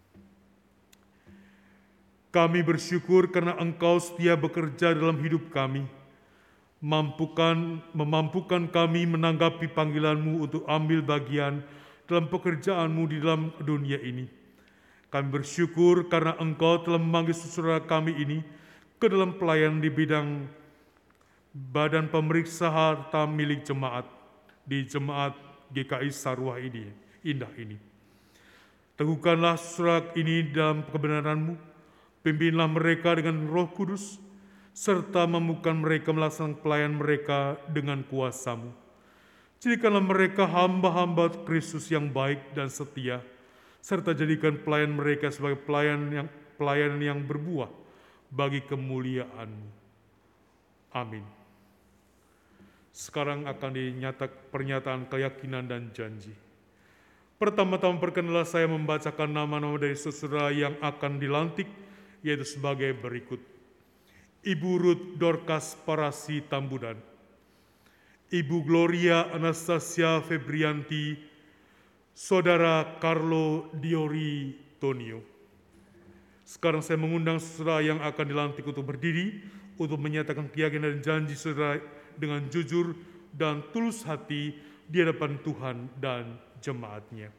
[SPEAKER 3] Kami bersyukur karena Engkau setia bekerja dalam hidup kami, mampukan memampukan kami menanggapi panggilan-Mu untuk ambil bagian dalam pekerjaan-Mu di dalam dunia ini. Kami bersyukur karena Engkau telah memanggil saudara kami ini ke dalam pelayanan di bidang badan pemeriksa harta milik jemaat di jemaat G K I Sarwah ini, indah ini. Teguhkanlah surat ini dalam kebenaran-Mu, pimpinlah mereka dengan Roh Kudus, serta mampukan mereka melaksanakan pelayan mereka dengan kuasa-Mu. Jadikanlah mereka hamba-hamba Kristus yang baik dan setia, serta jadikan pelayan mereka sebagai pelayan yang pelayanan yang berbuah bagi kemuliaan-Mu. Amin. Sekarang akan dinyatakan pernyataan keyakinan dan janji. Pertama-tama perkenalah saya membacakan nama-nama dari saudara yang akan dilantik, yaitu sebagai berikut. Ibu Ruth Dorcas Parasi Tambudan, Ibu Gloria Anastasia Febrianti, Saudara Carlo Diori Tonio. Sekarang saya mengundang saudara yang akan dilantik untuk berdiri untuk menyatakan keyakinan dan janji saudara dengan jujur dan tulus hati di hadapan Tuhan dan jemaatnya.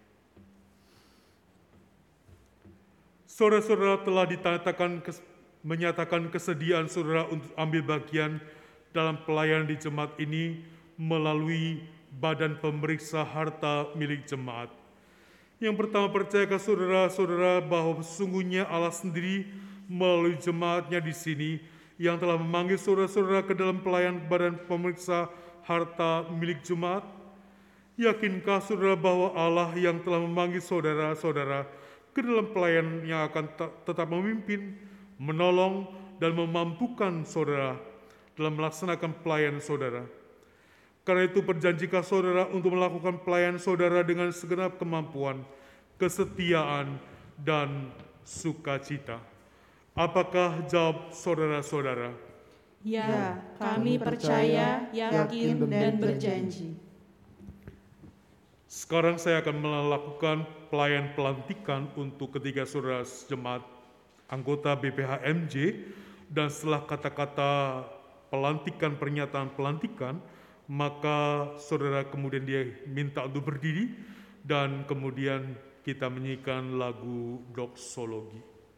[SPEAKER 3] Saudara-saudara telah ditandakan kes, menyatakan kesediaan saudara untuk ambil bagian dalam pelayanan di jemaat ini melalui Badan Pemeriksa Harta milik jemaat. Yang pertama, percayakan saudara-saudara bahwa sesungguhnya Allah sendiri melalui jemaatnya di sini yang telah memanggil saudara-saudara ke dalam pelayanan Badan Pemeriksa Harta milik jemaat. Yakinkah saudara bahwa Allah yang telah memanggil saudara-saudara ke dalam pelayanan yang akan tetap memimpin, menolong, dan memampukan saudara dalam melaksanakan pelayanan saudara? Karena itu perjanjikah saudara untuk melakukan pelayanan saudara dengan segenap kemampuan, kesetiaan, dan sukacita. Apakah jawab saudara-saudara?
[SPEAKER 2] Ya, kami percaya, yakin, dan berjanji.
[SPEAKER 3] Sekarang saya akan melakukan pelayan pelantikan untuk ketiga saudara jemaat anggota B P H M J, dan setelah kata-kata pelantikan, pernyataan pelantikan, maka saudara kemudian dia minta untuk berdiri dan kemudian kita menyanyikan lagu doksologi.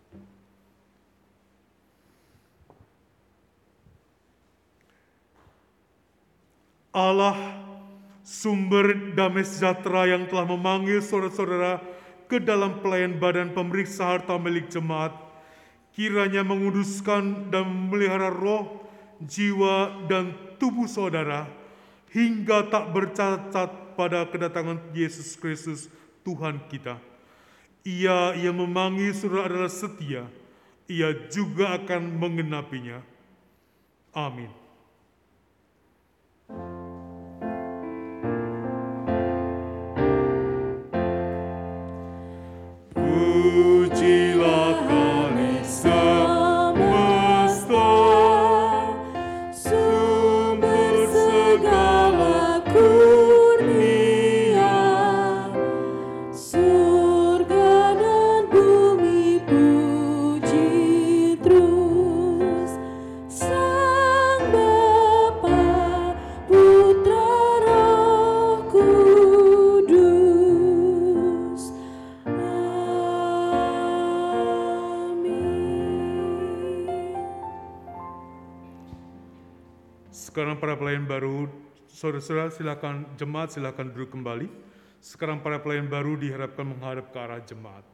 [SPEAKER 3] Allah, sumber damai sejahtera yang telah memanggil saudara-saudara ke dalam pelayan Badan Pemeriksa Harta milik jemaat, kiranya menguduskan dan memelihara roh, jiwa, dan tubuh saudara hingga tak bercacat pada kedatangan Yesus Kristus Tuhan kita. Ia yang memanggil saudara adalah setia, ia juga akan menggenapinya. Amin. Pujilah Kali semesta, sumber segala kurnia, surga dan bumi puji terus Sang Bapa, Putra, Roh Kudus. Sekarang para pelayan baru, saudara-saudara silakan, jemaat silakan duduk kembali. Sekarang para pelayan baru diharapkan menghadap ke arah jemaat.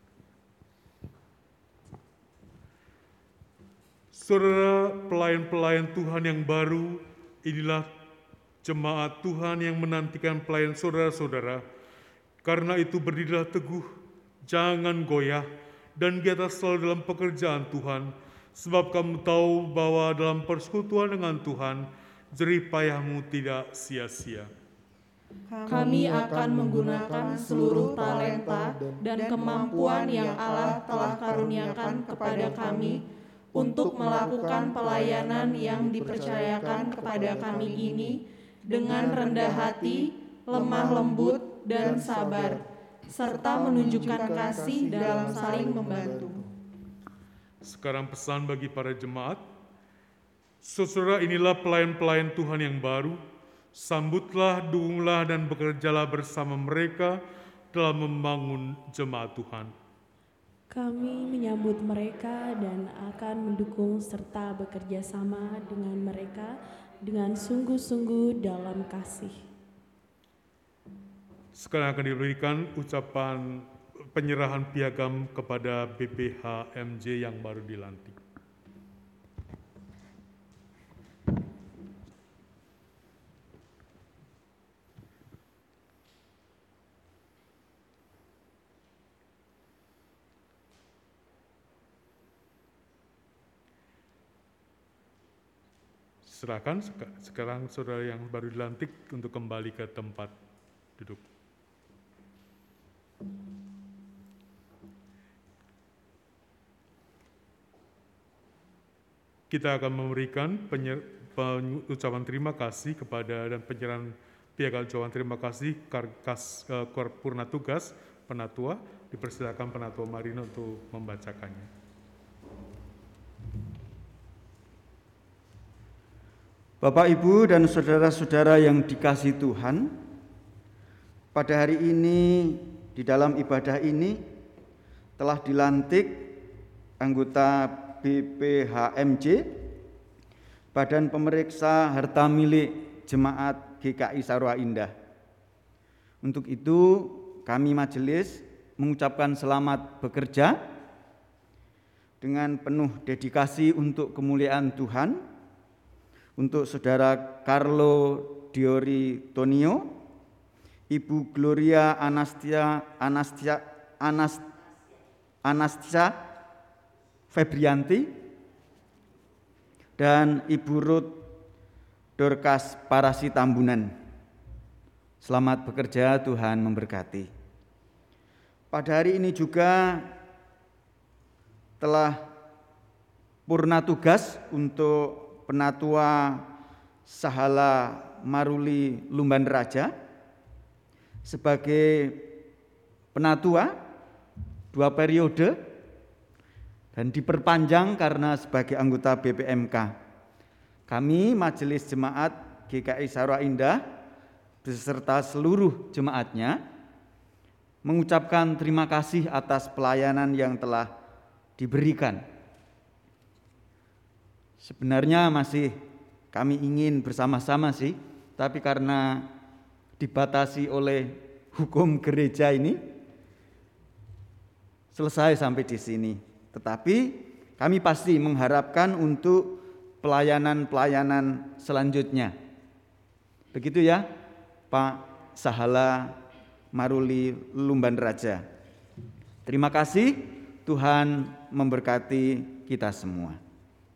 [SPEAKER 3] Saudara pelayan-pelayan Tuhan yang baru, inilah jemaat Tuhan yang menantikan pelayan saudara-saudara. Karena itu berdirilah teguh, jangan goyah, dan giatlah selalu dalam pekerjaan Tuhan, sebab kamu tahu bahwa dalam persekutuan dengan Tuhan, jerih payahmu tidak sia-sia.
[SPEAKER 2] Kami akan menggunakan seluruh talenta dan kemampuan yang Allah telah karuniakan kepada kami untuk melakukan pelayanan yang dipercayakan kepada kami ini dengan rendah hati, lemah lembut, dan sabar, serta menunjukkan kasih dalam saling membantu.
[SPEAKER 3] Sekarang pesan bagi para jemaat, saudara inilah pelayan-pelayan Tuhan yang baru, sambutlah, dukunglah, dan bekerjalah bersama mereka dalam membangun jemaat Tuhan.
[SPEAKER 2] Kami menyambut mereka dan akan mendukung serta bekerja sama dengan mereka dengan sungguh-sungguh dalam kasih.
[SPEAKER 3] Sekarang akan diberikan ucapan penyerahan piagam kepada B P H M J yang baru dilantik. Silakan sekarang saudara yang baru dilantik untuk kembali ke tempat duduk. Kita akan memberikan penyer, ucapan terima kasih kepada dan penyerahan piagam ucapan terima kasih Karkas uh, Purna Tugas Penatua. Dipersilakan Penatua Marino untuk membacakannya.
[SPEAKER 5] Bapak, Ibu, dan saudara-saudara yang dikasihi Tuhan, pada hari ini di dalam ibadah ini telah dilantik anggota B P H M J, Badan Pemeriksa Harta Milik Jemaat G K I Sarwa Indah. Untuk itu kami majelis mengucapkan selamat bekerja dengan penuh dedikasi untuk kemuliaan Tuhan untuk Saudara Carlo Diori Tonio, Ibu Gloria Anastia Anastia Anas, Anastia Febrianti, dan Ibu Ruth Dorcas Parasi Tambunan. Selamat bekerja, Tuhan memberkati. Pada hari ini juga telah purna tugas untuk Penatua Sahala Maruli Lumban Raja sebagai penatua dua periode dan diperpanjang karena sebagai anggota B P M K. Kami Majelis Jemaat G K I Sarwa Indah beserta seluruh jemaatnya mengucapkan terima kasih atas pelayanan yang telah diberikan. Sebenarnya masih kami ingin bersama-sama sih, tapi karena dibatasi oleh hukum gereja ini selesai sampai di sini. Tetapi kami pasti mengharapkan untuk pelayanan-pelayanan selanjutnya. Begitu ya, Pak Sahala Maruli Lumban Raja. Terima kasih, Tuhan memberkati kita semua.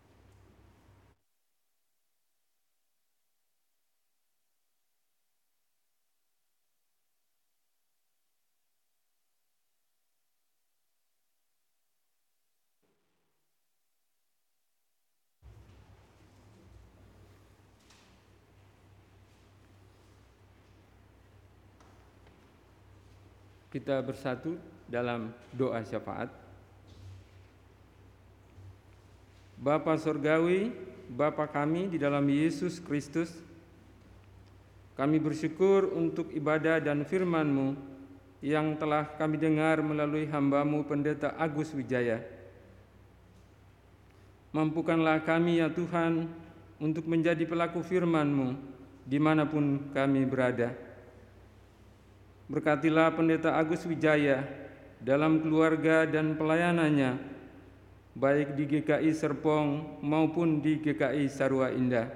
[SPEAKER 4] Kita bersatu dalam doa syafaat. Bapa Surgawi, Bapa kami di dalam Yesus Kristus, kami bersyukur untuk ibadah dan firman-Mu yang telah kami dengar melalui hamba-Mu Pendeta Agus Wijaya. Mampukanlah kami ya Tuhan untuk menjadi pelaku firman-Mu dimanapun kami berada. Berkatilah Pendeta Agus Wijaya dalam keluarga dan pelayanannya, baik di G K I Serpong maupun di G K I Sarwa Indah.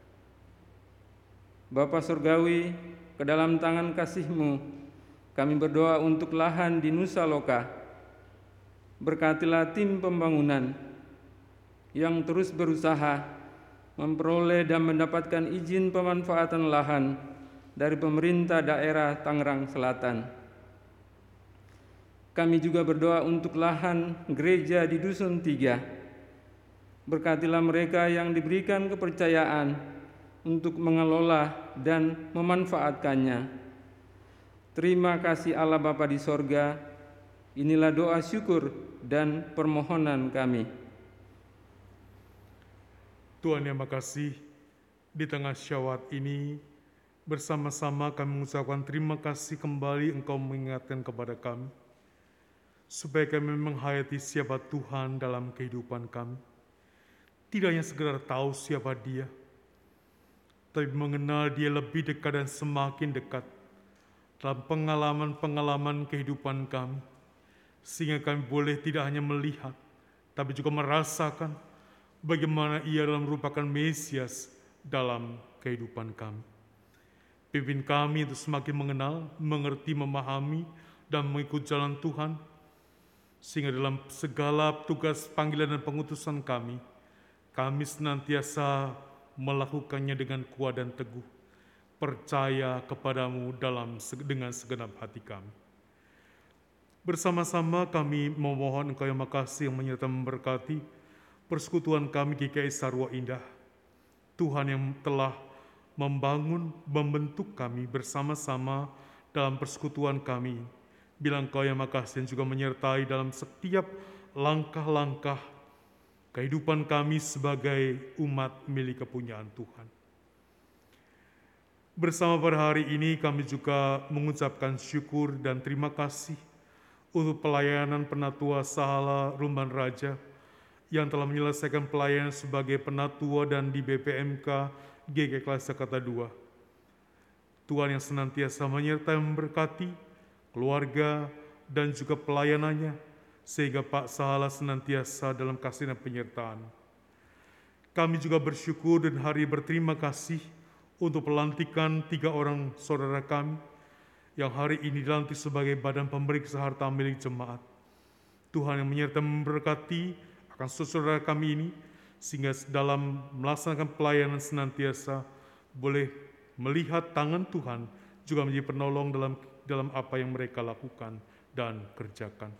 [SPEAKER 4] Bapa Surgawi, ke dalam tangan kasih-Mu, kami berdoa untuk lahan di Nusa Loka. Berkatilah tim pembangunan yang terus berusaha memperoleh dan mendapatkan izin pemanfaatan lahan dari pemerintah daerah Tangerang Selatan. Kami juga berdoa untuk lahan gereja di Dusun Tiga. Berkatilah mereka yang diberikan kepercayaan untuk mengelola dan memanfaatkannya. Terima kasih Allah Bapa di sorga. Inilah doa syukur dan permohonan kami.
[SPEAKER 3] Tuhan yang makasih, di tengah syawat ini bersama-sama kami mengucapkan terima kasih kembali Engkau mengingatkan kepada kami, supaya kami menghayati siapa Tuhan dalam kehidupan kami. Tidak hanya sekedar tahu siapa Dia, tapi mengenal Dia lebih dekat dan semakin dekat dalam pengalaman-pengalaman kehidupan kami, sehingga kami boleh tidak hanya melihat, tapi juga merasakan bagaimana Ia dalam merupakan Mesias dalam kehidupan kami. Pimpin kami untuk semakin mengenal, mengerti, memahami, dan mengikut jalan Tuhan, sehingga dalam segala tugas panggilan dan pengutusan kami, kami senantiasa melakukannya dengan kuat dan teguh, percaya kepadamu dalam dengan segenap hati kami. Bersama-sama kami memohon Engkau yang makasih yang menyertai memberkati persekutuan kami G K I Sarwa Indah. Tuhan yang telah membangun, membentuk kami bersama-sama dalam persekutuan kami. Bilang Engkau yang makasih yang juga menyertai dalam setiap langkah-langkah kehidupan kami sebagai umat milik kepunyaan Tuhan. Bersama pada hari ini kami juga mengucapkan syukur dan terima kasih untuk pelayanan Penatua Sahala Rumban Raja yang telah menyelesaikan pelayanan sebagai penatua dan di B P M K G K I Kelas Jakarta dua. Tuhan yang senantiasa menyertai memberkati keluarga dan juga pelayanannya, sehingga Pak Sahala senantiasa dalam kasih dan penyertaan. Kami juga bersyukur dan hari berterima kasih untuk pelantikan tiga orang saudara kami yang hari ini dilantik sebagai badan pemeriksa harta milik jemaat. Tuhan yang menyertai memberkati akan saudara kami ini, sehingga dalam melaksanakan pelayanan senantiasa boleh melihat tangan Tuhan juga menjadi penolong dalam dalam apa yang mereka lakukan dan kerjakan.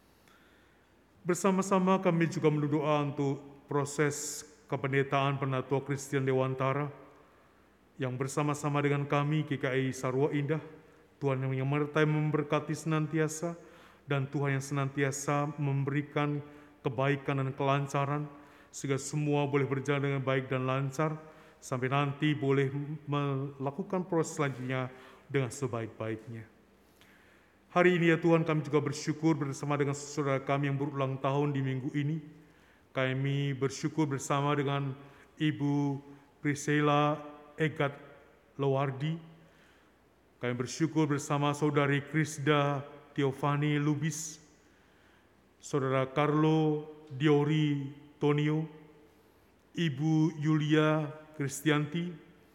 [SPEAKER 3] Bersama-sama kami juga berdoa untuk proses kependetaan Penatua Kristian Dewantara yang bersama-sama dengan kami G K I Sarwa Indah. Tuhan yang menyertai memberkati senantiasa, dan Tuhan yang senantiasa memberikan kebaikan dan kelancaran, sehingga semua boleh berjalan dengan baik dan lancar, sampai nanti boleh melakukan proses selanjutnya dengan sebaik-baiknya. Hari ini ya Tuhan, kami juga bersyukur bersama dengan saudara kami yang berulang tahun di minggu ini. Kami bersyukur bersama dengan Ibu Priscilla Egat Lowardi. Kami bersyukur bersama Saudari Krisda Teofani Lubis, Saudara Carlo Diori Tonio, Ibu Yulia Kristianti,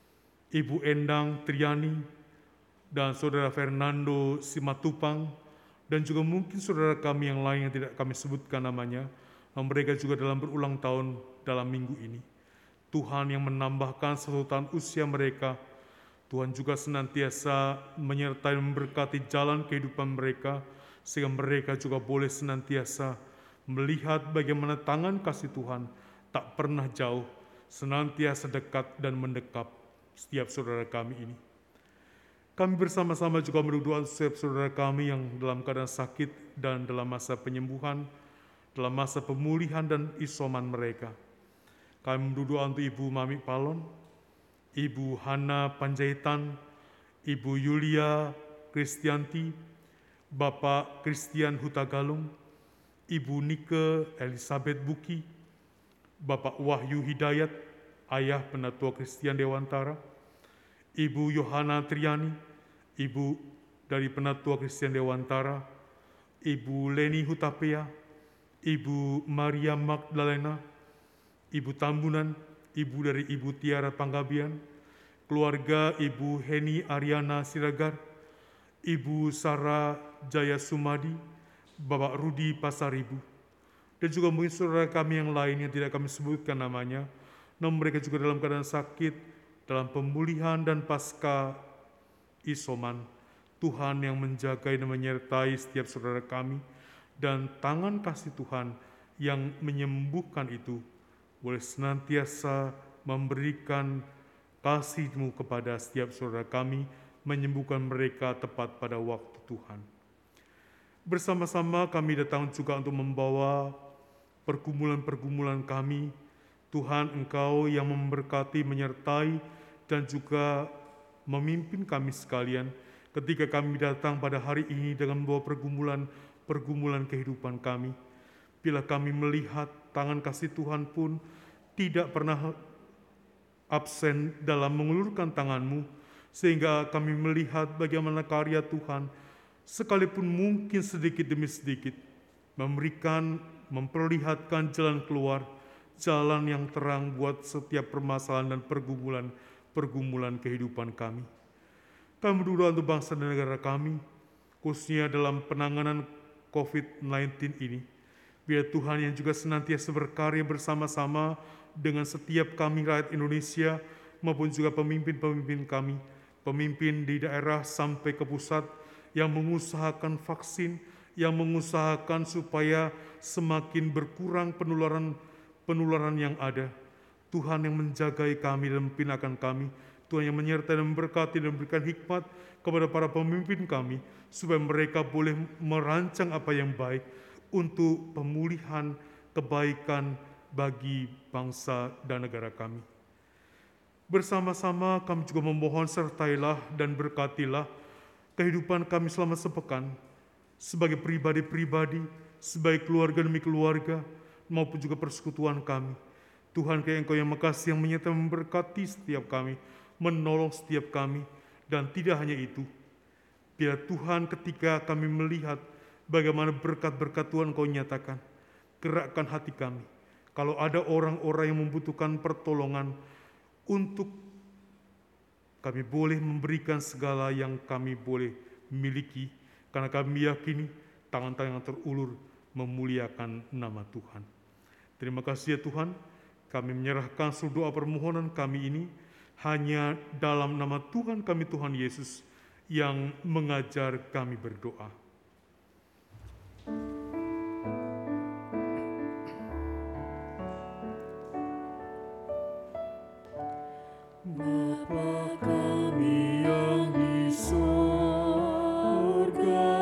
[SPEAKER 3] Ibu Endang Triani, dan Saudara Fernando Simatupang, dan juga mungkin saudara kami yang lain yang tidak kami sebutkan namanya, namun mereka juga dalam berulang tahun dalam minggu ini. Tuhan yang menambahkan satu tahun usia mereka, Tuhan juga senantiasa menyertai memberkati jalan kehidupan mereka, sehingga mereka juga boleh senantiasa melihat bagaimana tangan kasih Tuhan tak pernah jauh, senantiasa dekat dan mendekap setiap saudara kami ini. Kami bersama-sama juga berdoa setiap saudara kami yang dalam keadaan sakit dan dalam masa penyembuhan, dalam masa pemulihan dan isoman mereka. Kami berdoa untuk Ibu Mami Palon, Ibu Hana Panjaitan, Ibu Yulia Kristianti, Bapak Christian Hutagalung, Ibu Nike Elizabeth Buki, Bapak Wahyu Hidayat, Ayah Penatua Kristian Dewantara, Ibu Yohana Triani, Ibu dari Penatua Kristian Dewantara, Ibu Leni Hutapea, Ibu Maria Magdalena, Ibu Tambunan, Ibu dari Ibu Tiara Panggabian, keluarga Ibu Heni Ariana Siregar, Ibu Sarah Jaya Sumadi, Bapak Rudi Pasaribu, dan juga mungkin saudara kami yang lain yang tidak kami sebutkan namanya, namun mereka juga dalam keadaan sakit, dalam pemulihan dan pasca isoman. Tuhan yang menjaga dan menyertai setiap saudara kami, dan tangan kasih Tuhan yang menyembuhkan itu boleh senantiasa memberikan kasih-Mu kepada setiap saudara kami, menyembuhkan mereka tepat pada waktu Tuhan. Bersama-sama kami datang juga untuk membawa pergumulan-pergumulan kami. Tuhan, Engkau yang memberkati, menyertai, dan juga memimpin kami sekalian ketika kami datang pada hari ini dengan membawa pergumulan-pergumulan kehidupan kami. Bila kami melihat tangan kasih Tuhan pun tidak pernah absen dalam mengulurkan tangan-Mu, sehingga kami melihat bagaimana karya Tuhan, sekalipun mungkin sedikit demi sedikit, memberikan, memperlihatkan jalan keluar, jalan yang terang buat setiap permasalahan dan pergumulan-pergumulan kehidupan kami. Kami berdoa untuk bangsa dan negara kami, khususnya dalam penanganan covid sembilan belas ini. Biar Tuhan yang juga senantiasa berkarya bersama-sama dengan setiap kami rakyat Indonesia maupun juga pemimpin-pemimpin kami, pemimpin di daerah sampai ke pusat yang mengusahakan vaksin, yang mengusahakan supaya semakin berkurang penularan penularan yang ada. Tuhan yang menjagai kami dan mempinahkan kami, Tuhan yang menyertai dan memberkati dan memberikan hikmat kepada para pemimpin kami, supaya mereka boleh merancang apa yang baik untuk pemulihan kebaikan bagi bangsa dan negara kami. Bersama-sama kami juga memohon sertailah dan berkatilah kehidupan kami selama sepekan, sebagai pribadi-pribadi, sebagai keluarga demi keluarga, maupun juga persekutuan kami. Tuhan, kiranya Engkau yang mengasihi, yang menyertai memberkati setiap kami, menolong setiap kami, dan tidak hanya itu, biar Tuhan ketika kami melihat bagaimana berkat-berkat Tuhan Kau nyatakan, gerakkan hati kami. Kalau ada orang-orang yang membutuhkan pertolongan, untuk kami boleh memberikan segala yang kami boleh miliki, karena kami yakini tangan-tangan yang terulur memuliakan nama Tuhan. Terima kasih ya Tuhan, kami menyerahkan seluruh doa permohonan kami ini hanya dalam nama Tuhan kami, Tuhan Yesus, yang mengajar kami berdoa.
[SPEAKER 2] Bapa kami yang di surga,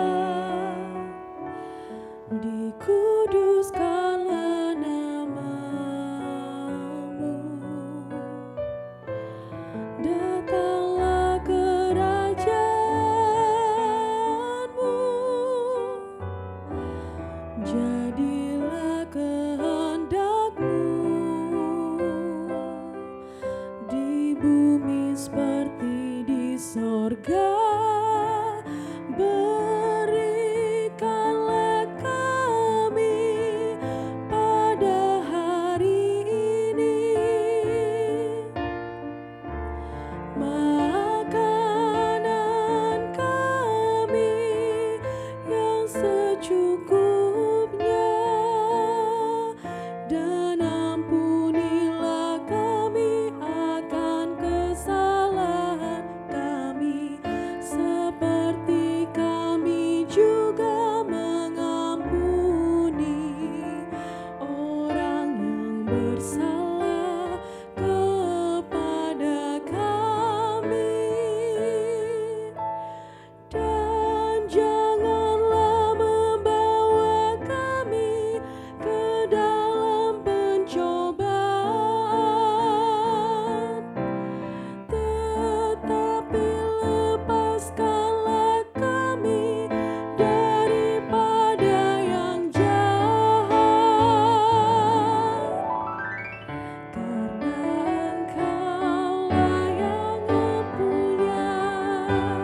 [SPEAKER 2] dikuduskanlah nama-Mu, datanglah kerajaan-Mu, jadilah kehendak-Mu di bumi seperti di sorga. Berikanlah kami pada hari ini makanan kami yang secukupnya, dan ampunilah kami akan kesalahan kami, seperti kami juga mengampuni orang yang bersalah kepada kami. Dan janganlah membawa kami ke dalam pencobaan, tetapi lepaskanlah kami daripada yang jahat, karena Engkaulah yang mempunyai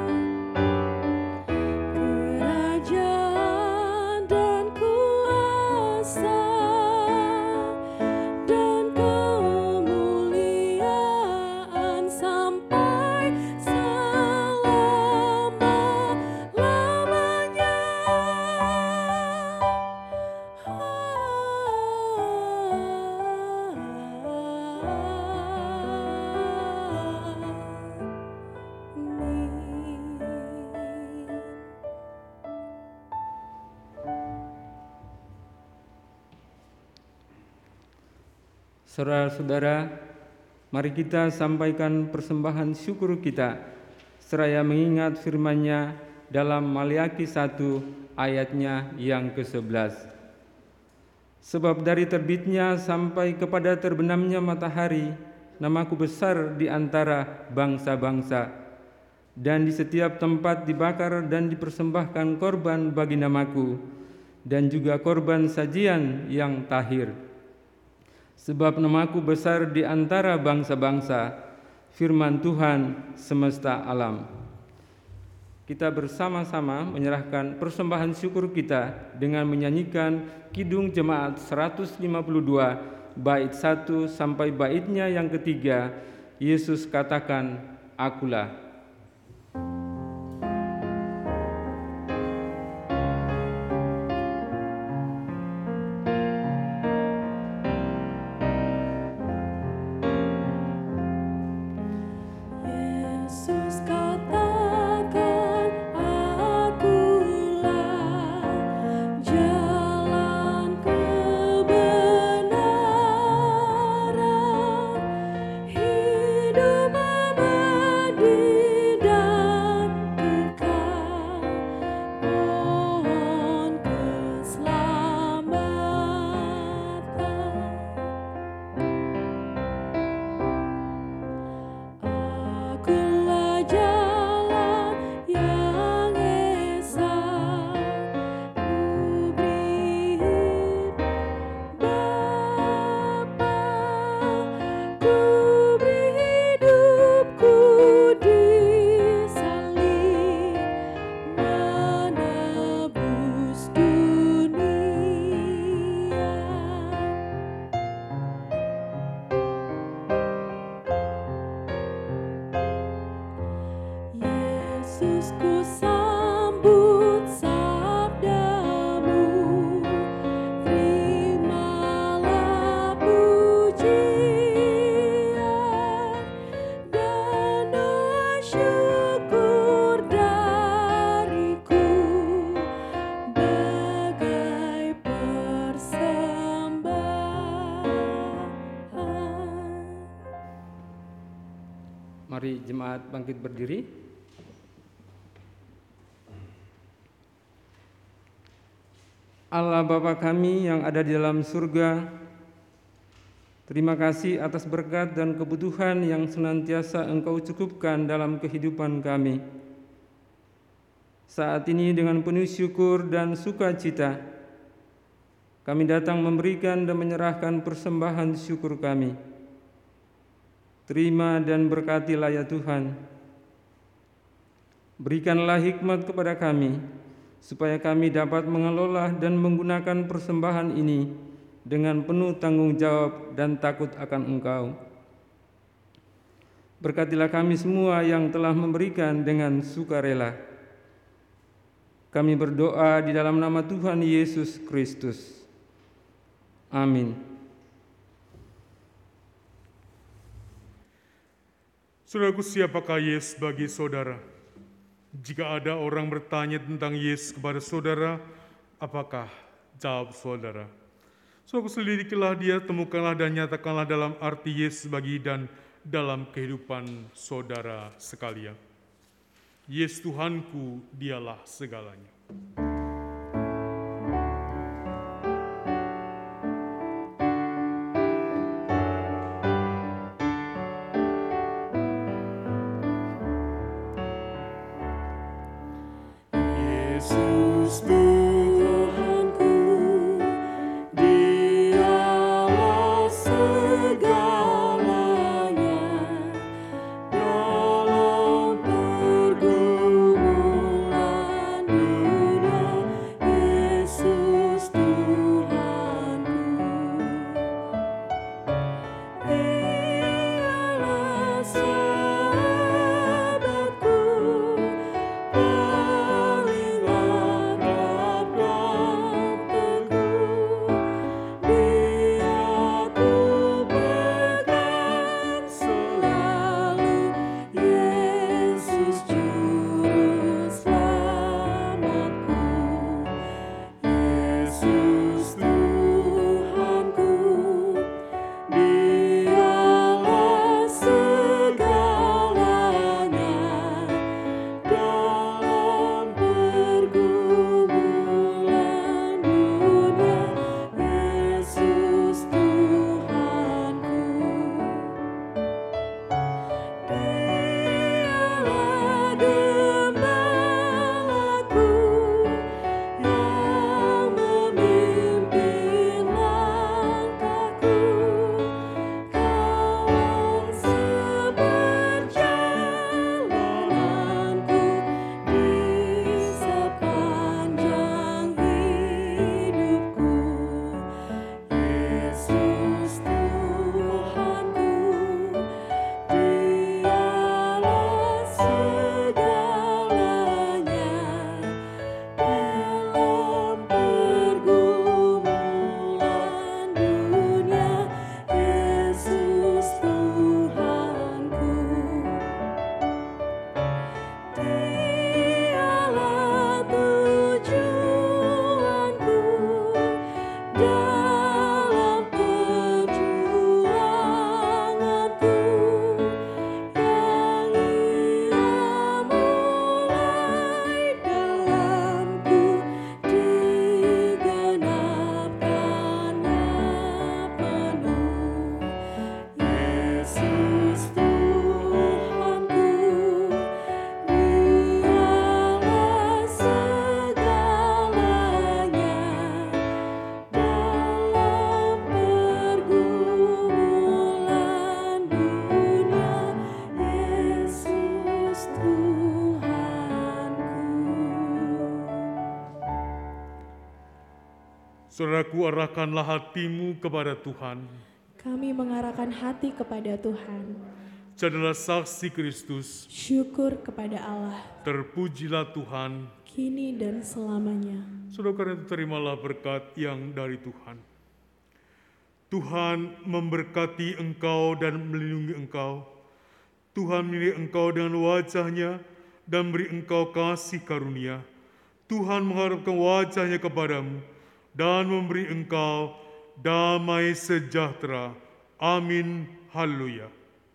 [SPEAKER 2] kerajaan dan kuasa dan kemuliaan sampai selama-lamanya. Amin.
[SPEAKER 4] Saudara-saudara, mari kita sampaikan persembahan syukur kita, seraya mengingat firman-Nya dalam Maliaki satu ayatnya yang kesebelas. Sebab dari terbitnya sampai kepada terbenamnya matahari, namaku besar di antara bangsa-bangsa, dan di setiap tempat dibakar dan dipersembahkan korban bagi namaku, dan juga korban sajian yang tahir. Sebab namaku besar di antara bangsa-bangsa, firman Tuhan semesta alam. Kita bersama-sama menyerahkan persembahan syukur kita dengan menyanyikan Kidung Jemaat seratus lima puluh dua bait satu sampai baitnya yang ketiga, Yesus katakan, Akulah. Mari jemaat bangkit berdiri. Allah Bapa kami yang ada di dalam surga, terima kasih atas berkat dan kebutuhan yang senantiasa Engkau cukupkan dalam kehidupan kami. Saat ini dengan penuh syukur dan sukacita, kami datang memberikan dan menyerahkan persembahan syukur kami. Terima dan berkatilah ya Tuhan. Berikanlah hikmat kepada kami, supaya kami dapat mengelola dan menggunakan persembahan ini dengan penuh tanggung jawab dan takut akan Engkau. Berkatilah kami semua yang telah memberikan dengan sukarela. Kami berdoa di dalam nama Tuhan Yesus Kristus. Amin.
[SPEAKER 3] Saudaraku, siapakah Yesus bagi saudara? Jika ada orang bertanya tentang Yesus kepada saudara, apakah jawab saudara? Saudaraku, selidikilah dia, temukanlah dan nyatakanlah dalam arti Yesus bagi dan dalam kehidupan saudara sekalian. Yesus Tuhanku, dialah segalanya.
[SPEAKER 2] Sahabatku, paling
[SPEAKER 3] Saudaraku, arahkanlah hatimu kepada Tuhan.
[SPEAKER 2] Kami mengarahkan hati kepada Tuhan.
[SPEAKER 3] Jadilah saksi Kristus.
[SPEAKER 2] Syukur kepada Allah.
[SPEAKER 3] Terpujilah Tuhan.
[SPEAKER 2] Kini dan selamanya.
[SPEAKER 3] Saudara, karena itu terimalah berkat yang dari Tuhan. Tuhan memberkati engkau dan melindungi engkau. Tuhan memilih engkau dengan wajah-Nya dan beri engkau kasih karunia. Tuhan mengharapkan wajah-Nya kepadamu dan memberi engkau damai sejahtera. Amin. Haleluya.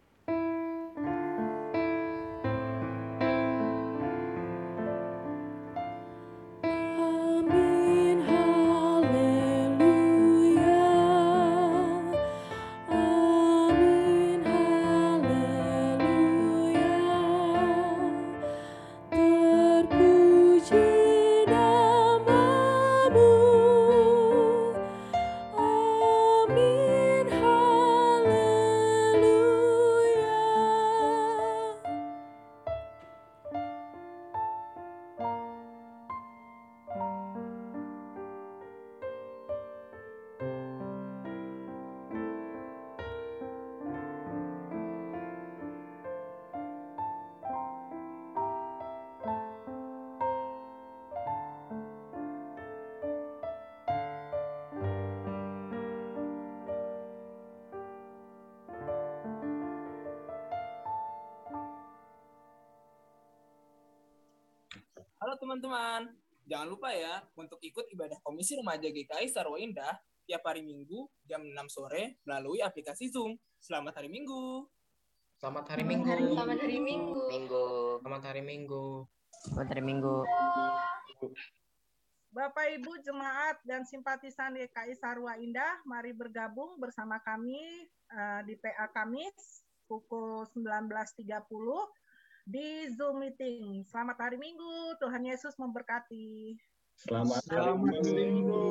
[SPEAKER 6] Halo teman-teman, jangan lupa ya untuk ikut ibadah Komisi Remaja G K I Sarwa Indah tiap hari Minggu jam enam sore melalui aplikasi Zoom. Selamat hari Minggu.
[SPEAKER 7] Selamat hari Minggu.
[SPEAKER 8] Selamat hari Minggu.
[SPEAKER 7] Minggu. Selamat hari Minggu.
[SPEAKER 8] Selamat hari Minggu.
[SPEAKER 9] Bapak Ibu jemaat dan simpatisan G K I Sarwa Indah, mari bergabung bersama kami uh, di P A Kamis pukul sembilan belas tiga puluh di Zoom meeting. Selamat hari Minggu, Tuhan Yesus memberkati.
[SPEAKER 7] Selamat,
[SPEAKER 3] Selamat hari Minggu.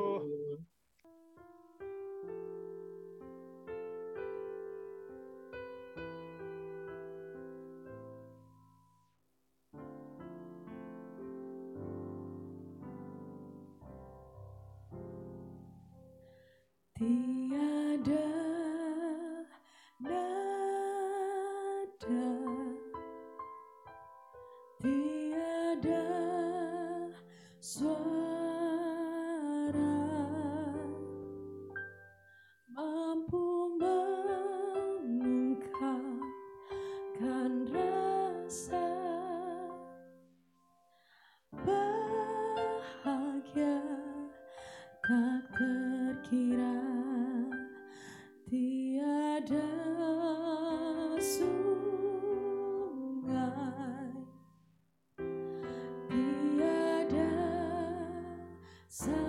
[SPEAKER 2] Tiada nada, tiada suara mampu mengungkapkan rasa bahagia tak terkira. Tiada sungai, tiada